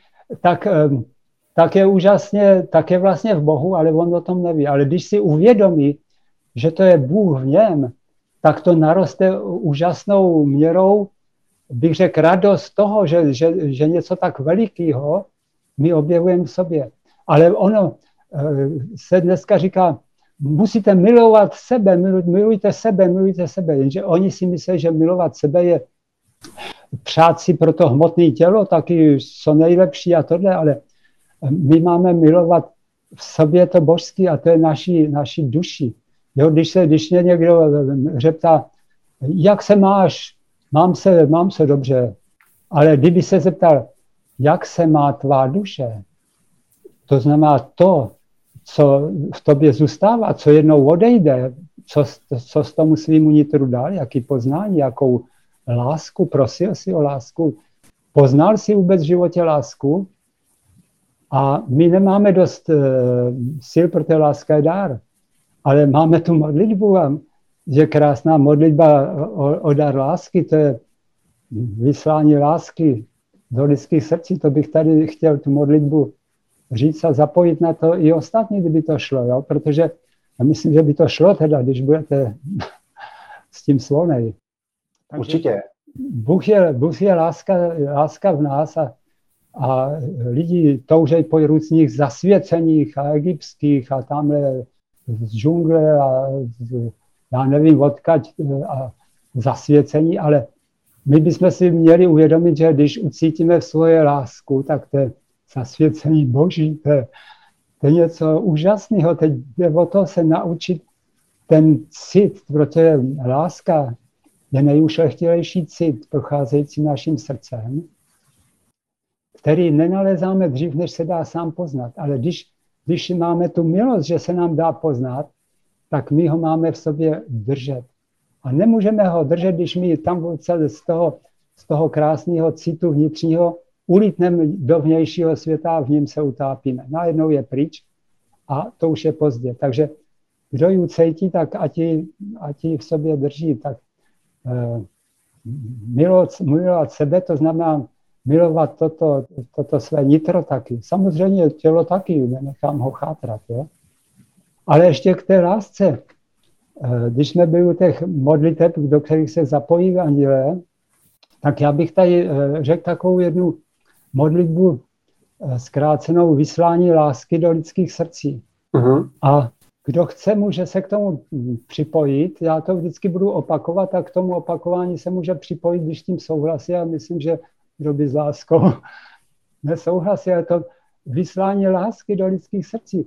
tak je vlastně v Bohu, ale on o tom neví. Ale když si uvědomí, že to je Bůh v něm, tak to naroste úžasnou měrou, bych řekl, radost toho, že něco tak velikého my objevujeme v sobě. Ale ono se dneska říká, musíte milovat sebe, milujte sebe, jenže oni si myslí, že milovat sebe je přát si pro to hmotné tělo, taky co nejlepší a tohle, ale my máme milovat v sobě to božské a to je naší duši. Jo, když mě někdo zeptá, jak se máš, mám se dobře, ale kdyby se zeptal, jak se má tvá duše, to znamená to, co v tobě zůstává, co jednou odejde, co z tomu svýmu nitru dal, jaký poznání, jakou lásku, prosil si o lásku, poznal si vůbec v životě lásku a my nemáme dost sil, protože láska je dár, ale máme tu modlitbu a je krásná modlitba o dar lásky, to je vyslání lásky do lidských srdcí, to bych tady chtěl tu modlitbu říct a zapojit na to i ostatní, kdyby to šlo, jo? Protože já myslím, že by to šlo teda, když budete s tím slonej. Určitě. Bůh je láska v nás a lidi toužejí po různých zasvěceních a egyptských a tamhle z džungle a já nevím odkaď a zasvěcení, ale my bychom si měli uvědomit, že když ucítíme v svoje lásku, tak to je zasvěcení Boží, to je něco úžasného. Teď jde o to se naučit ten cit, protože láska je nejušlechtilejší cit, procházející naším srdcem, který nenalezáme dřív, než se dá sám poznat. Ale když máme tu milost, že se nám dá poznat, tak my ho máme v sobě držet. A nemůžeme ho držet, když my tam z toho krásného citu vnitřního ulítneme do vnějšího světa a v něm se utápíme. Najednou je pryč a to už je pozdě. Takže kdo ji cítí, tak ať ji v sobě drží. Tak milovat sebe, to znamená milovat toto své nitro taky. Samozřejmě tělo taky, nenechám ho chátrat. Jo? Ale ještě k té lásce. Když jsme byli u těch modliteb, do kterých se zapojí andělé, tak já bych tady řekl takovou jednu modlitbu zkrácenou vyslání lásky do lidských srdcí. Uh-huh. A kdo chce, může se k tomu připojit. Já to vždycky budu opakovat a k tomu opakování se může připojit, když tím souhlasí. Já myslím, že kdo by s láskou nesouhlasí, ale to vyslání lásky do lidských srdcí.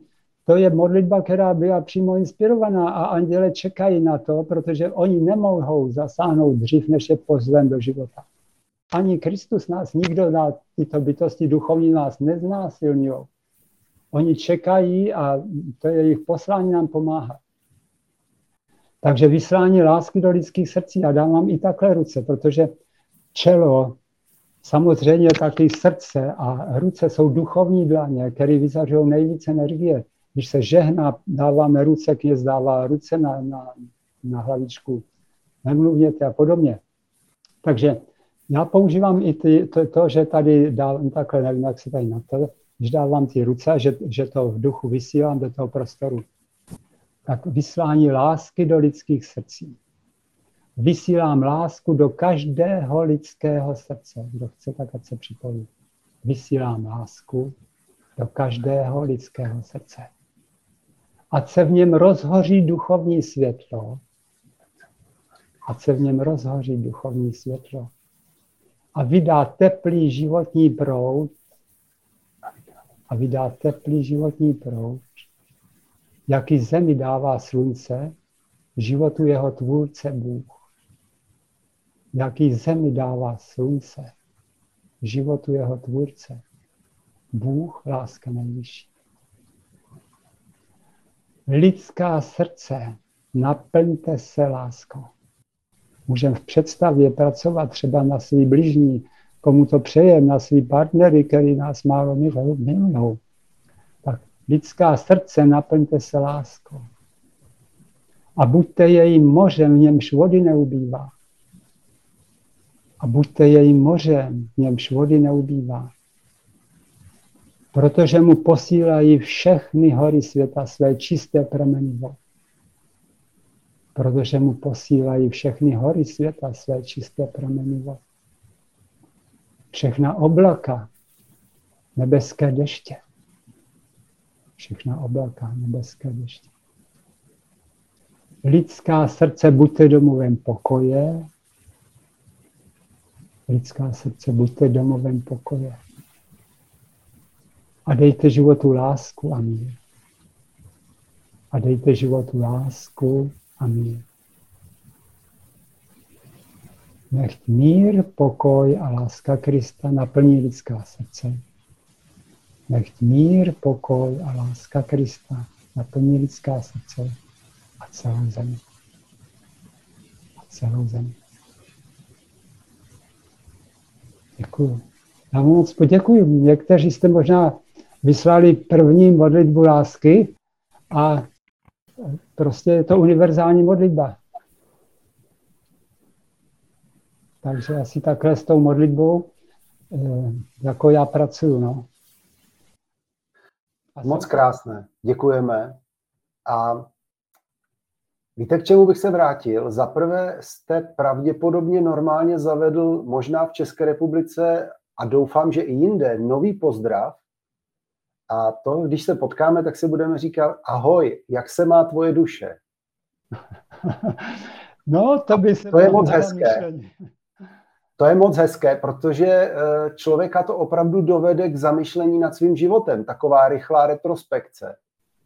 to je modlitba, která byla přímo inspirovaná a anděle čekají na to, protože oni nemohou zasáhnout dřív, než je pozvem do života. Ani Kristus nás, nikdo na tyto bytosti duchovní nás neznásilňují. Oni čekají a to je jejich poslání nám pomáhat. Takže vyslání lásky do lidských srdcí. Já dávám i takhle ruce, protože čelo, samozřejmě taky srdce a ruce jsou duchovní dlaně, které vyzařují nejvíce energie. Když se žehná, dáváme ruce, kněz dává ruce na hlavičku, nemluvněte a podobně. Takže já používám i to, že tady dávám takhle, nevím, jak se tady na to, když dávám ty ruce, že to v duchu vysílám do toho prostoru. Tak vyslání lásky do lidských srdcí. Vysílám lásku do každého lidského srdce. Kdo chce, tak ať se připojí. Vysílám lásku do každého lidského srdce. Ať se v něm rozhoří duchovní světlo. Ať se v něm rozhoří duchovní světlo. A vydá teplý životní proud. A vydá teplý životní proud, jaký zemi dává slunce, životu jeho tvůrce Bůh. Jaký zemi dává slunce, životu jeho tvůrce. Bůh, láska nejvyšší. Lidská srdce, naplňte se láskou. Můžeme v představě pracovat třeba na svý bližní, komu to přejeme, na svý partnery, který nás málo milují. Tak lidská srdce, naplňte se láskou. A buďte jejím mořem, v němž vody neubývá. A buďte jejím mořem, v němž vody neubývá. Protože mu posílají všechny hory světa své čisté prameny vod. Protože mu posílají všechny hory světa své čisté prameny vod. Všechna oblaka, nebeské deště. Všechna oblaka, nebeské deště. Lidská srdce, buďte domovem pokoje. Lidská srdce, buďte domovem pokoje. A dejte životu lásku a mír. A dejte životu lásku a mír. Nechť mír, pokoj a láska Krista naplní lidská srdce. Nechť mír, pokoj a láska Krista naplní lidská srdce a celou zemi. A celou zemi. Děkuju. Já vám moc poděkuji. Někteří jste možná vyslali první modlitbu lásky a prostě je to univerzální modlitba. Takže asi takhle s tou modlitbou, jako já pracuju. No. Moc krásné, děkujeme. A víte, k čemu bych se vrátil? Za prvé jste pravděpodobně normálně zavedl, možná v České republice a doufám, že i jinde, nový pozdrav. A to, když se potkáme, tak si budeme říkat: ahoj, jak se má tvoje duše? No, to je moc hezké. To je moc hezké, protože člověka to opravdu dovede k zamyšlení nad svým životem. Taková rychlá retrospekce.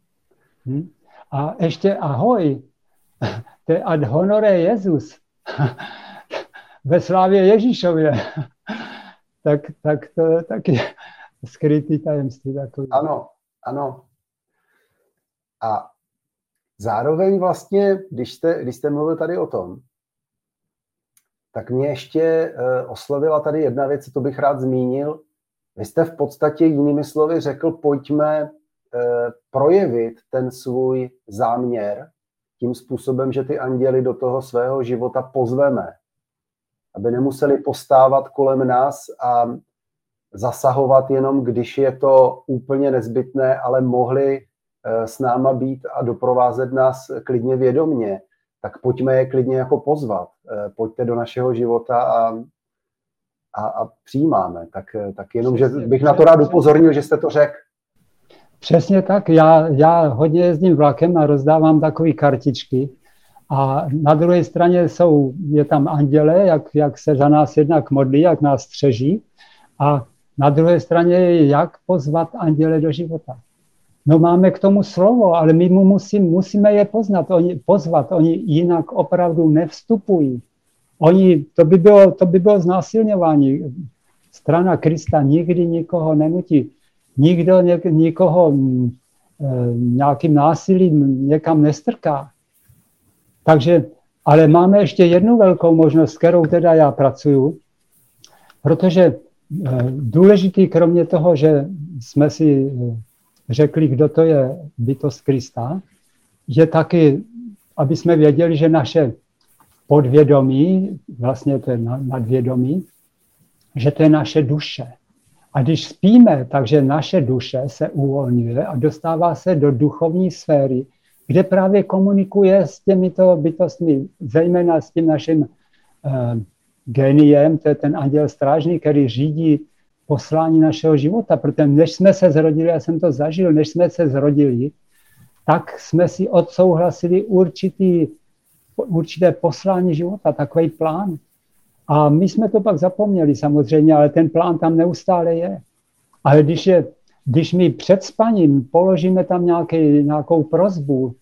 A ještě ahoj. To je ad honore Jezus. Ve slávě Ježíšově. tak to je taky skrytý tajemství. Takový. Ano, ano. A zároveň vlastně, když jste mluvil tady o tom, tak mě ještě oslovila tady jedna věc, to bych rád zmínil. Vy jste v podstatě jinými slovy řekl, pojďme projevit ten svůj záměr tím způsobem, že ty anděly do toho svého života pozveme, aby nemuseli postávat kolem nás a zasahovat jenom, když je to úplně nezbytné, ale mohli s náma být a doprovázet nás klidně vědomně. Tak pojďme je klidně jako pozvat. Pojďte do našeho života a přijímáme. Tak jenom, že bych na to rád upozornil, že jste to řekl. Přesně tak. Já hodně jezdím vlakem a rozdávám takové kartičky. A na druhé straně je tam anděle, jak se za nás jednak modlí, jak nás střeží. A na druhé straně je, jak pozvat anděle do života. No máme k tomu slovo, ale my mu musíme je pozvat. Oni jinak opravdu nevstupují. To by bylo znásilňování. Strana Krista nikdy nikoho nenutí. Nikdo nikoho nějakým násilím někam nestrká. Takže, ale máme ještě jednu velkou možnost, s kterou teda já pracuju, protože důležitý, kromě toho, že jsme si řekli, kdo to je bytost Krista, je taky, aby jsme věděli, že naše podvědomí, vlastně to je nadvědomí, že to je naše duše. A když spíme, takže naše duše se uvolňuje a dostává se do duchovní sféry, kde právě komunikuje s těmito bytostmi, zejména s tím naším geniem, to je ten anděl strážný, který řídí poslání našeho života. Protože než jsme se zrodili, já jsem to zažil, než jsme se zrodili, tak jsme si odsouhlasili určité poslání života, takový plán. A my jsme to pak zapomněli samozřejmě, ale ten plán tam neustále je. Ale když my před spaním položíme tam nějakou prosbu,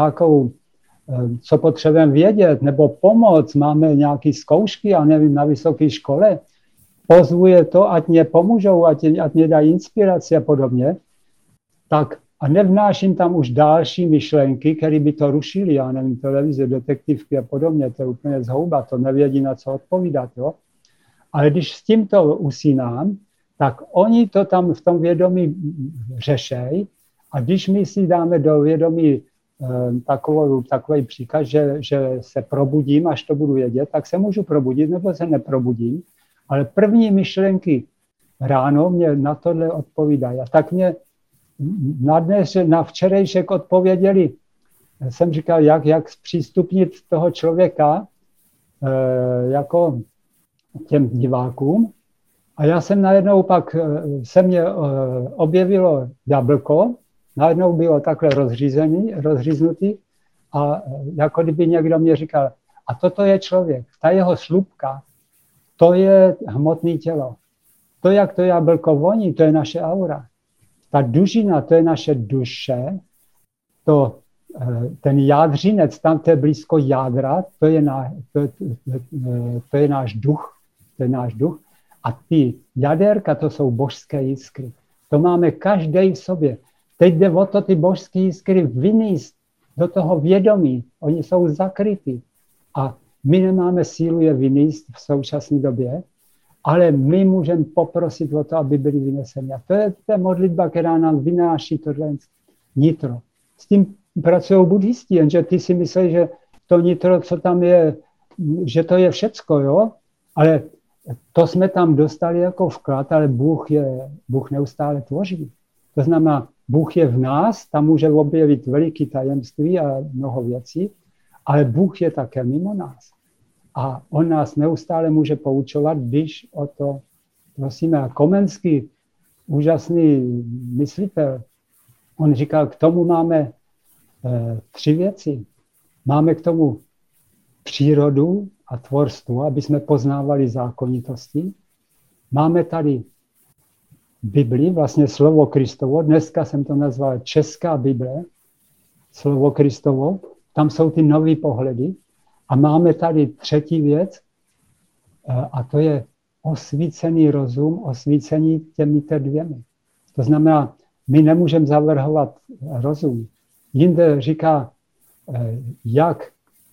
co potřebujeme vědět, nebo pomoc, máme nějaké zkoušky, já nevím, na vysoké škole, pozvuje to, ať mě pomůžou, ať mě dají inspiraci a podobně, tak a nevnáším tam už další myšlenky, které by to rušily, já nevím, televize, detektivky a podobně, to je úplně zhouba, to nevědí, na co odpovídat, jo. Ale když s tímto usínám, tak oni to tam v tom vědomí řešejí a když my si dáme do vědomí takový příkaz, že se probudím, až to budu vědět, tak se můžu probudit nebo se neprobudím, ale první myšlenky ráno mě na tohle odpovídají. A tak mě na včerejšek odpověděli, jsem říkal, jak zpřístupnit toho člověka jako těm divákům. A já jsem najednou pak, se mě objevilo jablko, najednou bylo takhle rozříznutý a jako kdyby někdo mě říkal, a toto je člověk, ta jeho slupka, to je hmotné tělo. To, jak to jablko voní, to je naše aura. Ta dužina, to je naše duše, ten jádřinec, tam to je blízko jádra, to je náš duch, to je náš duch. A ty jaderka, to jsou božské jiskry. To máme každý v sobě. Teď jde o to ty božské jiskry vynést do toho vědomí. Oni jsou zakrytí. A my nemáme sílu je vynést v současné době, ale my můžeme poprosit o to, aby byli vyneseni. A to je ta modlitba, která nám vynáší tohle nitro. S tím pracují buddhisti, jenže ty si myslíš, že to nitro, co tam je, že to je všecko, jo? Ale to jsme tam dostali jako vklad, ale Bůh neustále tvoří. To znamená, Bůh je v nás, tam může objevit veliké tajemství a mnoho věcí, ale Bůh je také mimo nás. A on nás neustále může poučovat, když o to prosíme. A Komenský, úžasný myslitel, on říkal, k tomu máme 3 věci. Máme k tomu přírodu a tvorstvo, aby jsme poznávali zákonitosti. Máme tady Bibli, vlastně slovo Kristovo. Dneska jsem to nazval Česká Bible, slovo Kristovo. Tam jsou ty nové pohledy. A máme tady 3. věc, a to je osvícený rozum, osvícení těmito 2. To znamená, my nemůžeme zavrhovat rozum. Jinde říká, jak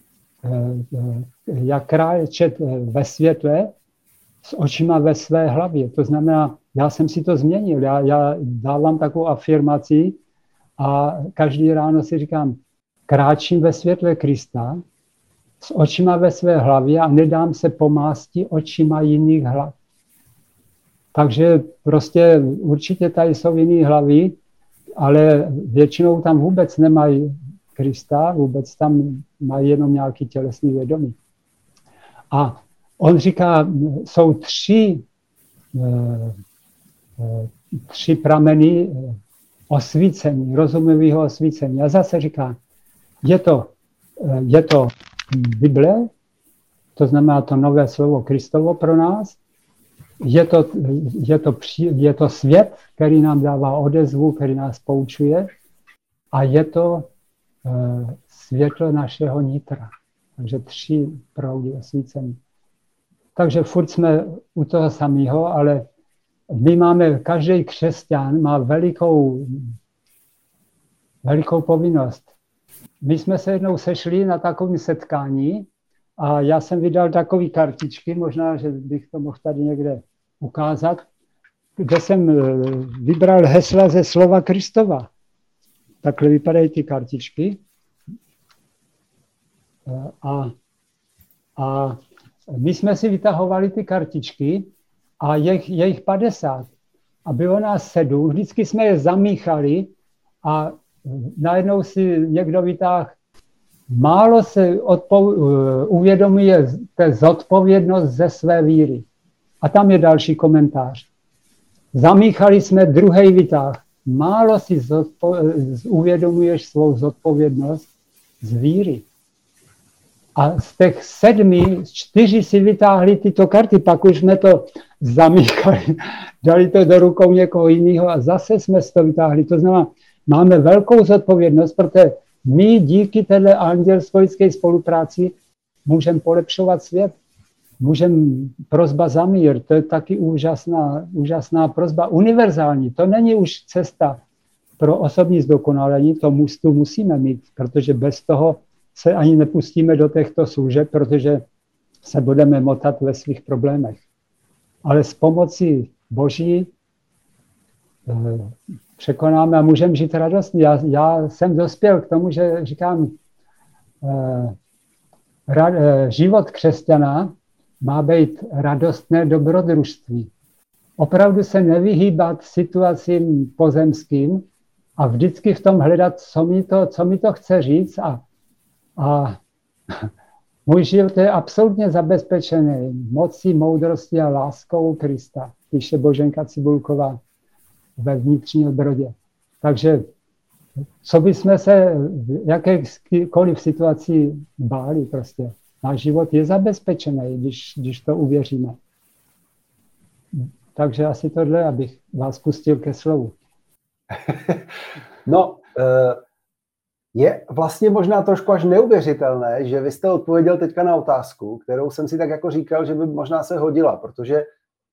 kráčet ve světle s očima ve své hlavě. To znamená, já jsem si to změnil. Já dávám takovou afirmaci a každý ráno si říkám, kráčím ve světle Krista s očima ve své hlavě a nedám se pomásti očima jiných hlav. Takže prostě určitě tady jsou jiné hlavy, ale většinou tam vůbec nemají Krista, vůbec tam mají jenom nějaký tělesný vědomí. A on říká, jsou 3 prameny osvícení, rozumivého osvícení. A zase říká, je to Bible, to znamená to nové slovo Kristovo pro nás, je to svět, který nám dává odezvu, který nás poučuje, a je to světlo našeho nitra. Takže 3 proudy osvícení. Takže furt jsme u toho samého, ale my máme, každý křesťan má velikou povinnost. My jsme se jednou sešli na takovém setkání a já jsem vydal takové kartičky, možná, že bych to mohl tady někde ukázat, kde jsem vybral hesla ze slova Kristova. Takhle vypadají ty kartičky. A my jsme si vytahovali ty kartičky a je jich 50. A bylo nás 7. Vždycky jsme je zamíchali a najednou si někdo vytáhl. Málo se uvědomuje zodpovědnost ze své víry. A tam je další komentář. Zamíchali jsme druhý vytáh. Málo si uvědomuješ svou zodpovědnost z víry. A z těch 7, 4 si vytáhli tyto karty, pak už jsme to zamíchali, dali to do rukou někoho jiného a zase jsme si to vytáhli. To znamená, máme velkou zodpovědnost, protože my díky této andělsko-lidské spolupráci můžeme polepšovat svět. Můžeme prosba za mír, to je taky úžasná prosba, univerzální. To není už cesta pro osobní zdokonalení, to musíme mít, protože bez toho se ani nepustíme do těchto služeb, protože se budeme motat ve svých problémech. Ale s pomocí Boží překonáme a můžeme žít radostně. Já jsem dospěl k tomu, že říkám, život křesťana má být radostné dobrodružství. Opravdu se nevyhýbat situacím pozemským a vždycky v tom hledat, co mi to chce říct a můj život je absolutně zabezpečený mocí, moudrosti a láskou Krista, píše Boženka Cibulková ve Vnitřní odrodě. Takže co bychom se v jakékoliv situaci báli prostě. Náš život je zabezpečený, když to uvěříme. Takže asi tohle, abych vás pustil ke slovu. No, je vlastně možná trošku až neuvěřitelné, že vy jste odpověděl teďka na otázku, kterou jsem si tak jako říkal, že by možná se hodila, protože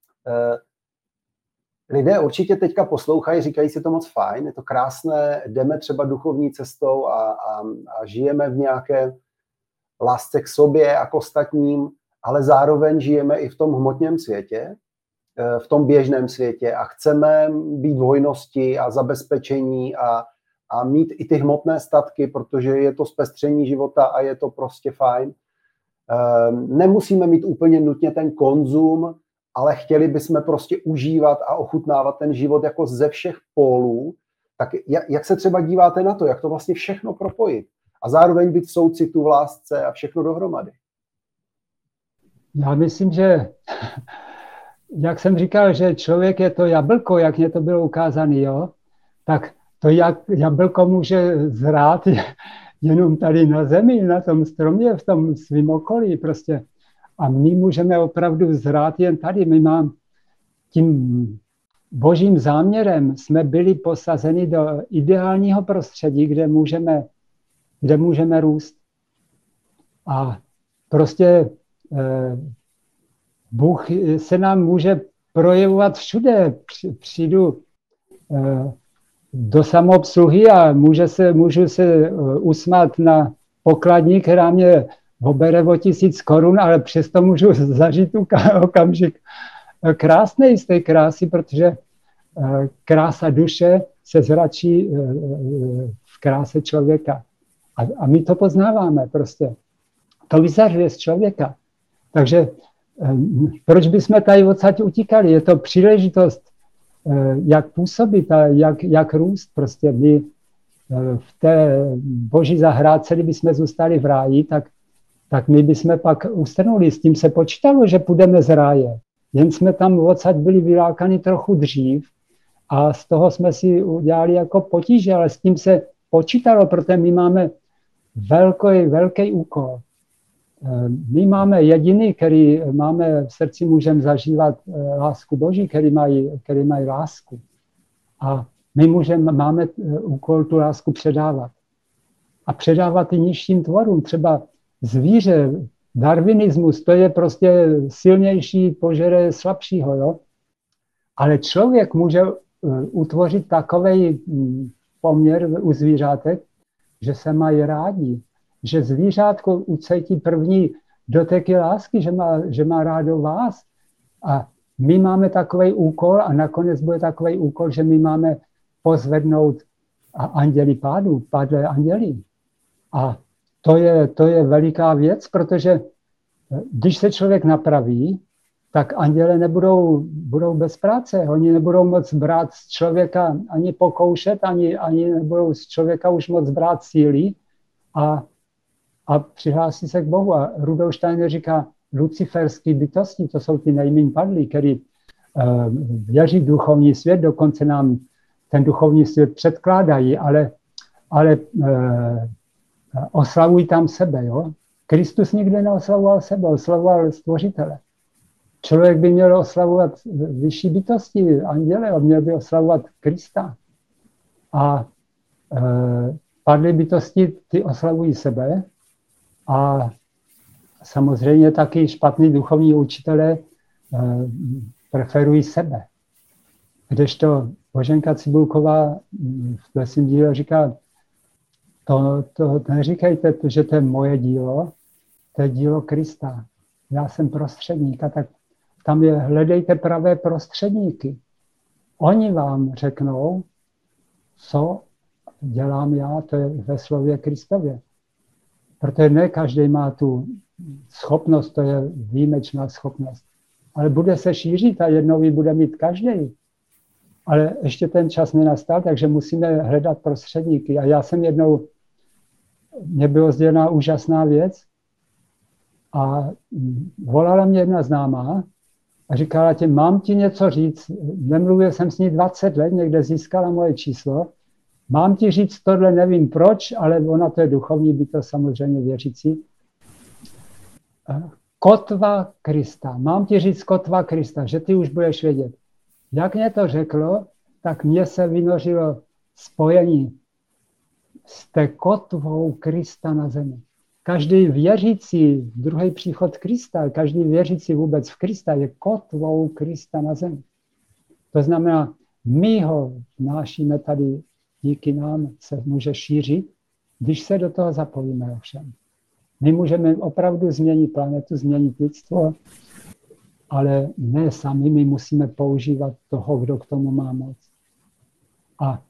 lidé určitě teďka poslouchají, říkají si to moc fajn, je to krásné, jdeme třeba duchovní cestou a žijeme v nějaké lásce k sobě a k ostatním, ale zároveň žijeme i v tom hmotném světě, v tom běžném světě a chceme být v hojnosti a zabezpečení a mít i ty hmotné statky, protože je to zpestření života a je to prostě fajn. Nemusíme mít úplně nutně ten konzum, ale chtěli bychom prostě užívat a ochutnávat ten život jako ze všech pólů. Tak jak se třeba díváte na to, jak to vlastně všechno propojit? A zároveň být v soucitu, v lásce a všechno dohromady. Já myslím, že, jak jsem říkal, že člověk je to jablko, jak mě to bylo ukázané, jo, tak to jablko může zrát jenom tady na zemi, na tom stromě, v tom svým okolí prostě. A my můžeme opravdu zrát jen tady. My máme tím božím záměrem jsme byli posazeni do ideálního prostředí, kde můžeme růst. A prostě Bůh se nám může projevovat všude. Přijdu do samoobsluhy a můžu se usmát na pokladní, která mě obere o 1000 korun, ale přesto můžu zažít okamžik krásný z té krásy, protože krása duše se zračí v kráse člověka. A my to poznáváme prostě. To vyzařuje z člověka. Takže proč bychom tady odsaď utíkali? Je to příležitost, jak působit a jak růst. Prostě my v té boží zahrádce, kdybychom zůstali v ráji, tak my bychom pak ustrnuli. S tím se počítalo, že půjdeme z ráje. Jen jsme tam odsaď byli vylákani trochu dřív a z toho jsme si udělali jako potíže, ale s tím se počítalo, protože my máme velký úkol. My máme jediný, který máme v srdci, můžeme zažívat lásku Boží, který mají lásku. A máme úkol tu lásku předávat. A předávat i nižším tvorům. Třeba zvíře, darwinismus, to je prostě silnější, požere slabšího. Jo? Ale člověk může utvořit takový poměr u zvířátek, že se mají rádi. Že zvířátko ucítí první doteky lásky, že má rádo vás. A my máme takový úkol a nakonec bude takový úkol, že my máme pozvednout anděli pádu, padlé anděli. A to je veliká věc, protože když se člověk napraví, tak anděle budou bez práce. Oni nebudou moc brát z člověka ani pokoušet, ani nebudou z člověka už moc brát síly a přihlásí se k Bohu. A Rudolf Steiner říká, luciferský bytosti, to jsou ty nejméně padlí, který věří v duchovní svět, dokonce nám ten duchovní svět předkládají, ale oslavují tam sebe. Jo? Kristus nikdy neoslavoval sebe, oslavoval stvořitele. Člověk by měl oslavovat vyšší bytosti, anděle, měl by oslavovat Krista. A padlé bytosti, ty oslavují sebe a samozřejmě taky špatný duchovní učitelé preferují sebe. Kdežto Boženka Cibulková ve svém díle říká, to neříkejte, že to je moje dílo, to je dílo Krista. Já jsem prostředník a tak tam hledejte pravé prostředníky. Oni vám řeknou, co dělám já, to je ve slově Kristově. Protože ne každý má tu schopnost, to je výjimečná schopnost. Ale bude se šířit a jednou ji bude mít každý. Ale ještě ten čas nenastal, takže musíme hledat prostředníky. A já jsem jednou, mě byla sdělená úžasná věc a volala mě jedna známá a říkala ti, mám ti něco říct, nemluvil jsem s ní 20 let, někde získala moje číslo, mám ti říct tohle, nevím proč, ale ona to je duchovní bytost, samozřejmě věřící. Kotva Krista, mám ti říct kotva Krista, že ty už budeš vědět. Jak mě to řeklo, tak mně se vynořilo spojení s té kotvou Krista na zemi. Každý věřící, druhý příchod Krista, každý věřící vůbec v Krista je kotvou Krista na zemi. To znamená, my ho vnášíme tady, díky nám se může šířit, když se do toho zapojíme ovšem. My můžeme opravdu změnit planetu, změnit lidstvo, ale ne sami, my musíme používat toho, kdo k tomu má moc. A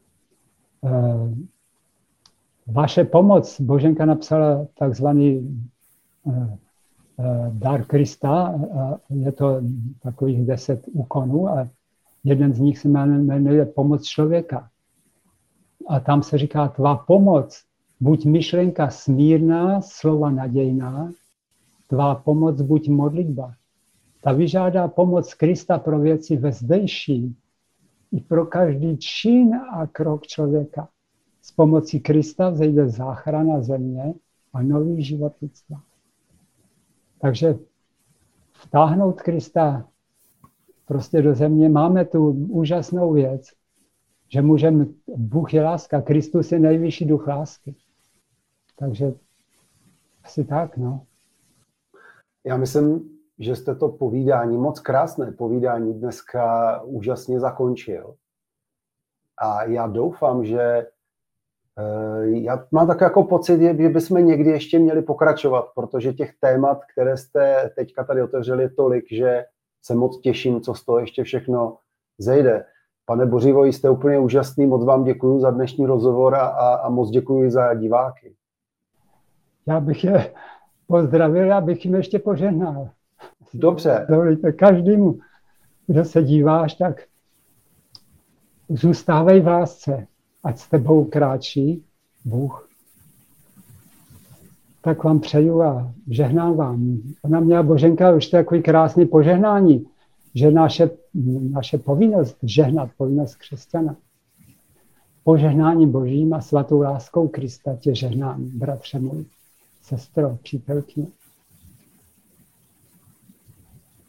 vaše pomoc, Boženka napsala takzvaný dar Krista, je to takových 10 úkonů a jeden z nich se jmenuje pomoc člověka. A tam se říká tvá pomoc, buď myšlenka smírná, slova nadějná, tvá pomoc buď modlitba. Ta vyžádá pomoc Krista pro věci vezdejší i pro každý čin a krok člověka. S pomocí Krista vzejde záchrana země a nový život lidstva. Takže vtáhnout Krista prostě do země, máme tu úžasnou věc, že můžeme, Bůh je láska, Kristus je nejvyšší duch lásky. Takže asi tak, no. Já myslím, že jste to povídání, moc krásné povídání dneska úžasně zakončil. A já doufám, že já mám tak jako pocit, že bychom někdy ještě měli pokračovat, protože těch témat, které jste teďka tady otevřeli, je tolik, že se moc těším, co z toho ještě všechno zejde. Pane Bořivoj, jste úplně úžasný, moc vám děkuji za dnešní rozhovor a moc děkuji za diváky. Já bych je pozdravil, já bych jim ještě požehnal. Dobře. Dovolíte každému, kdo se díváš, tak zůstávej v lásce, ať s tebou kráčí Bůh. Tak vám přeju a žehnám vám. Ona měla Boženka už takový krásný požehnání, že naše povinnost žehnat, povinnost křesťana. Požehnání Božím a svatou láskou Krista tě žehnám, bratře můj, sestro, přítelkyně.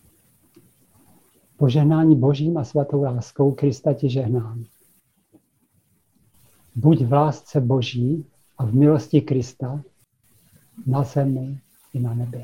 Požehnání Božím a svatou láskou Krista tě žehnám. buď v lásce Boží a v milosti Krista na zemi i na nebi.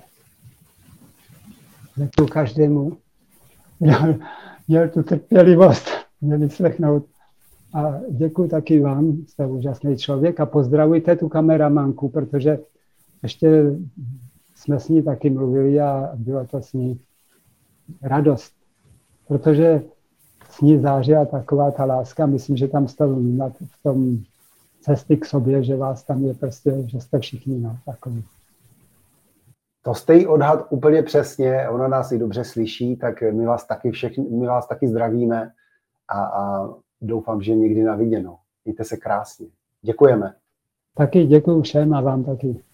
Děkuji každému, měl tu trpělivost mě vyslechnout. A děkuji taky vám, jste úžasný člověk a pozdravujte tu kameramanku, protože ještě jsme s ní taky mluvili a bylo to s ní radost, protože s ní zářila taková ta láska. Myslím, že tam jste v tom cesty k sobě, že vás tam je prostě, že jste všichni takový. To jste jí odhad úplně přesně, ona nás i dobře slyší, tak my vás taky zdravíme a doufám, že někdy na viděnou. Mějte se krásně. Děkujeme. Taky děkuji všem a vám taky.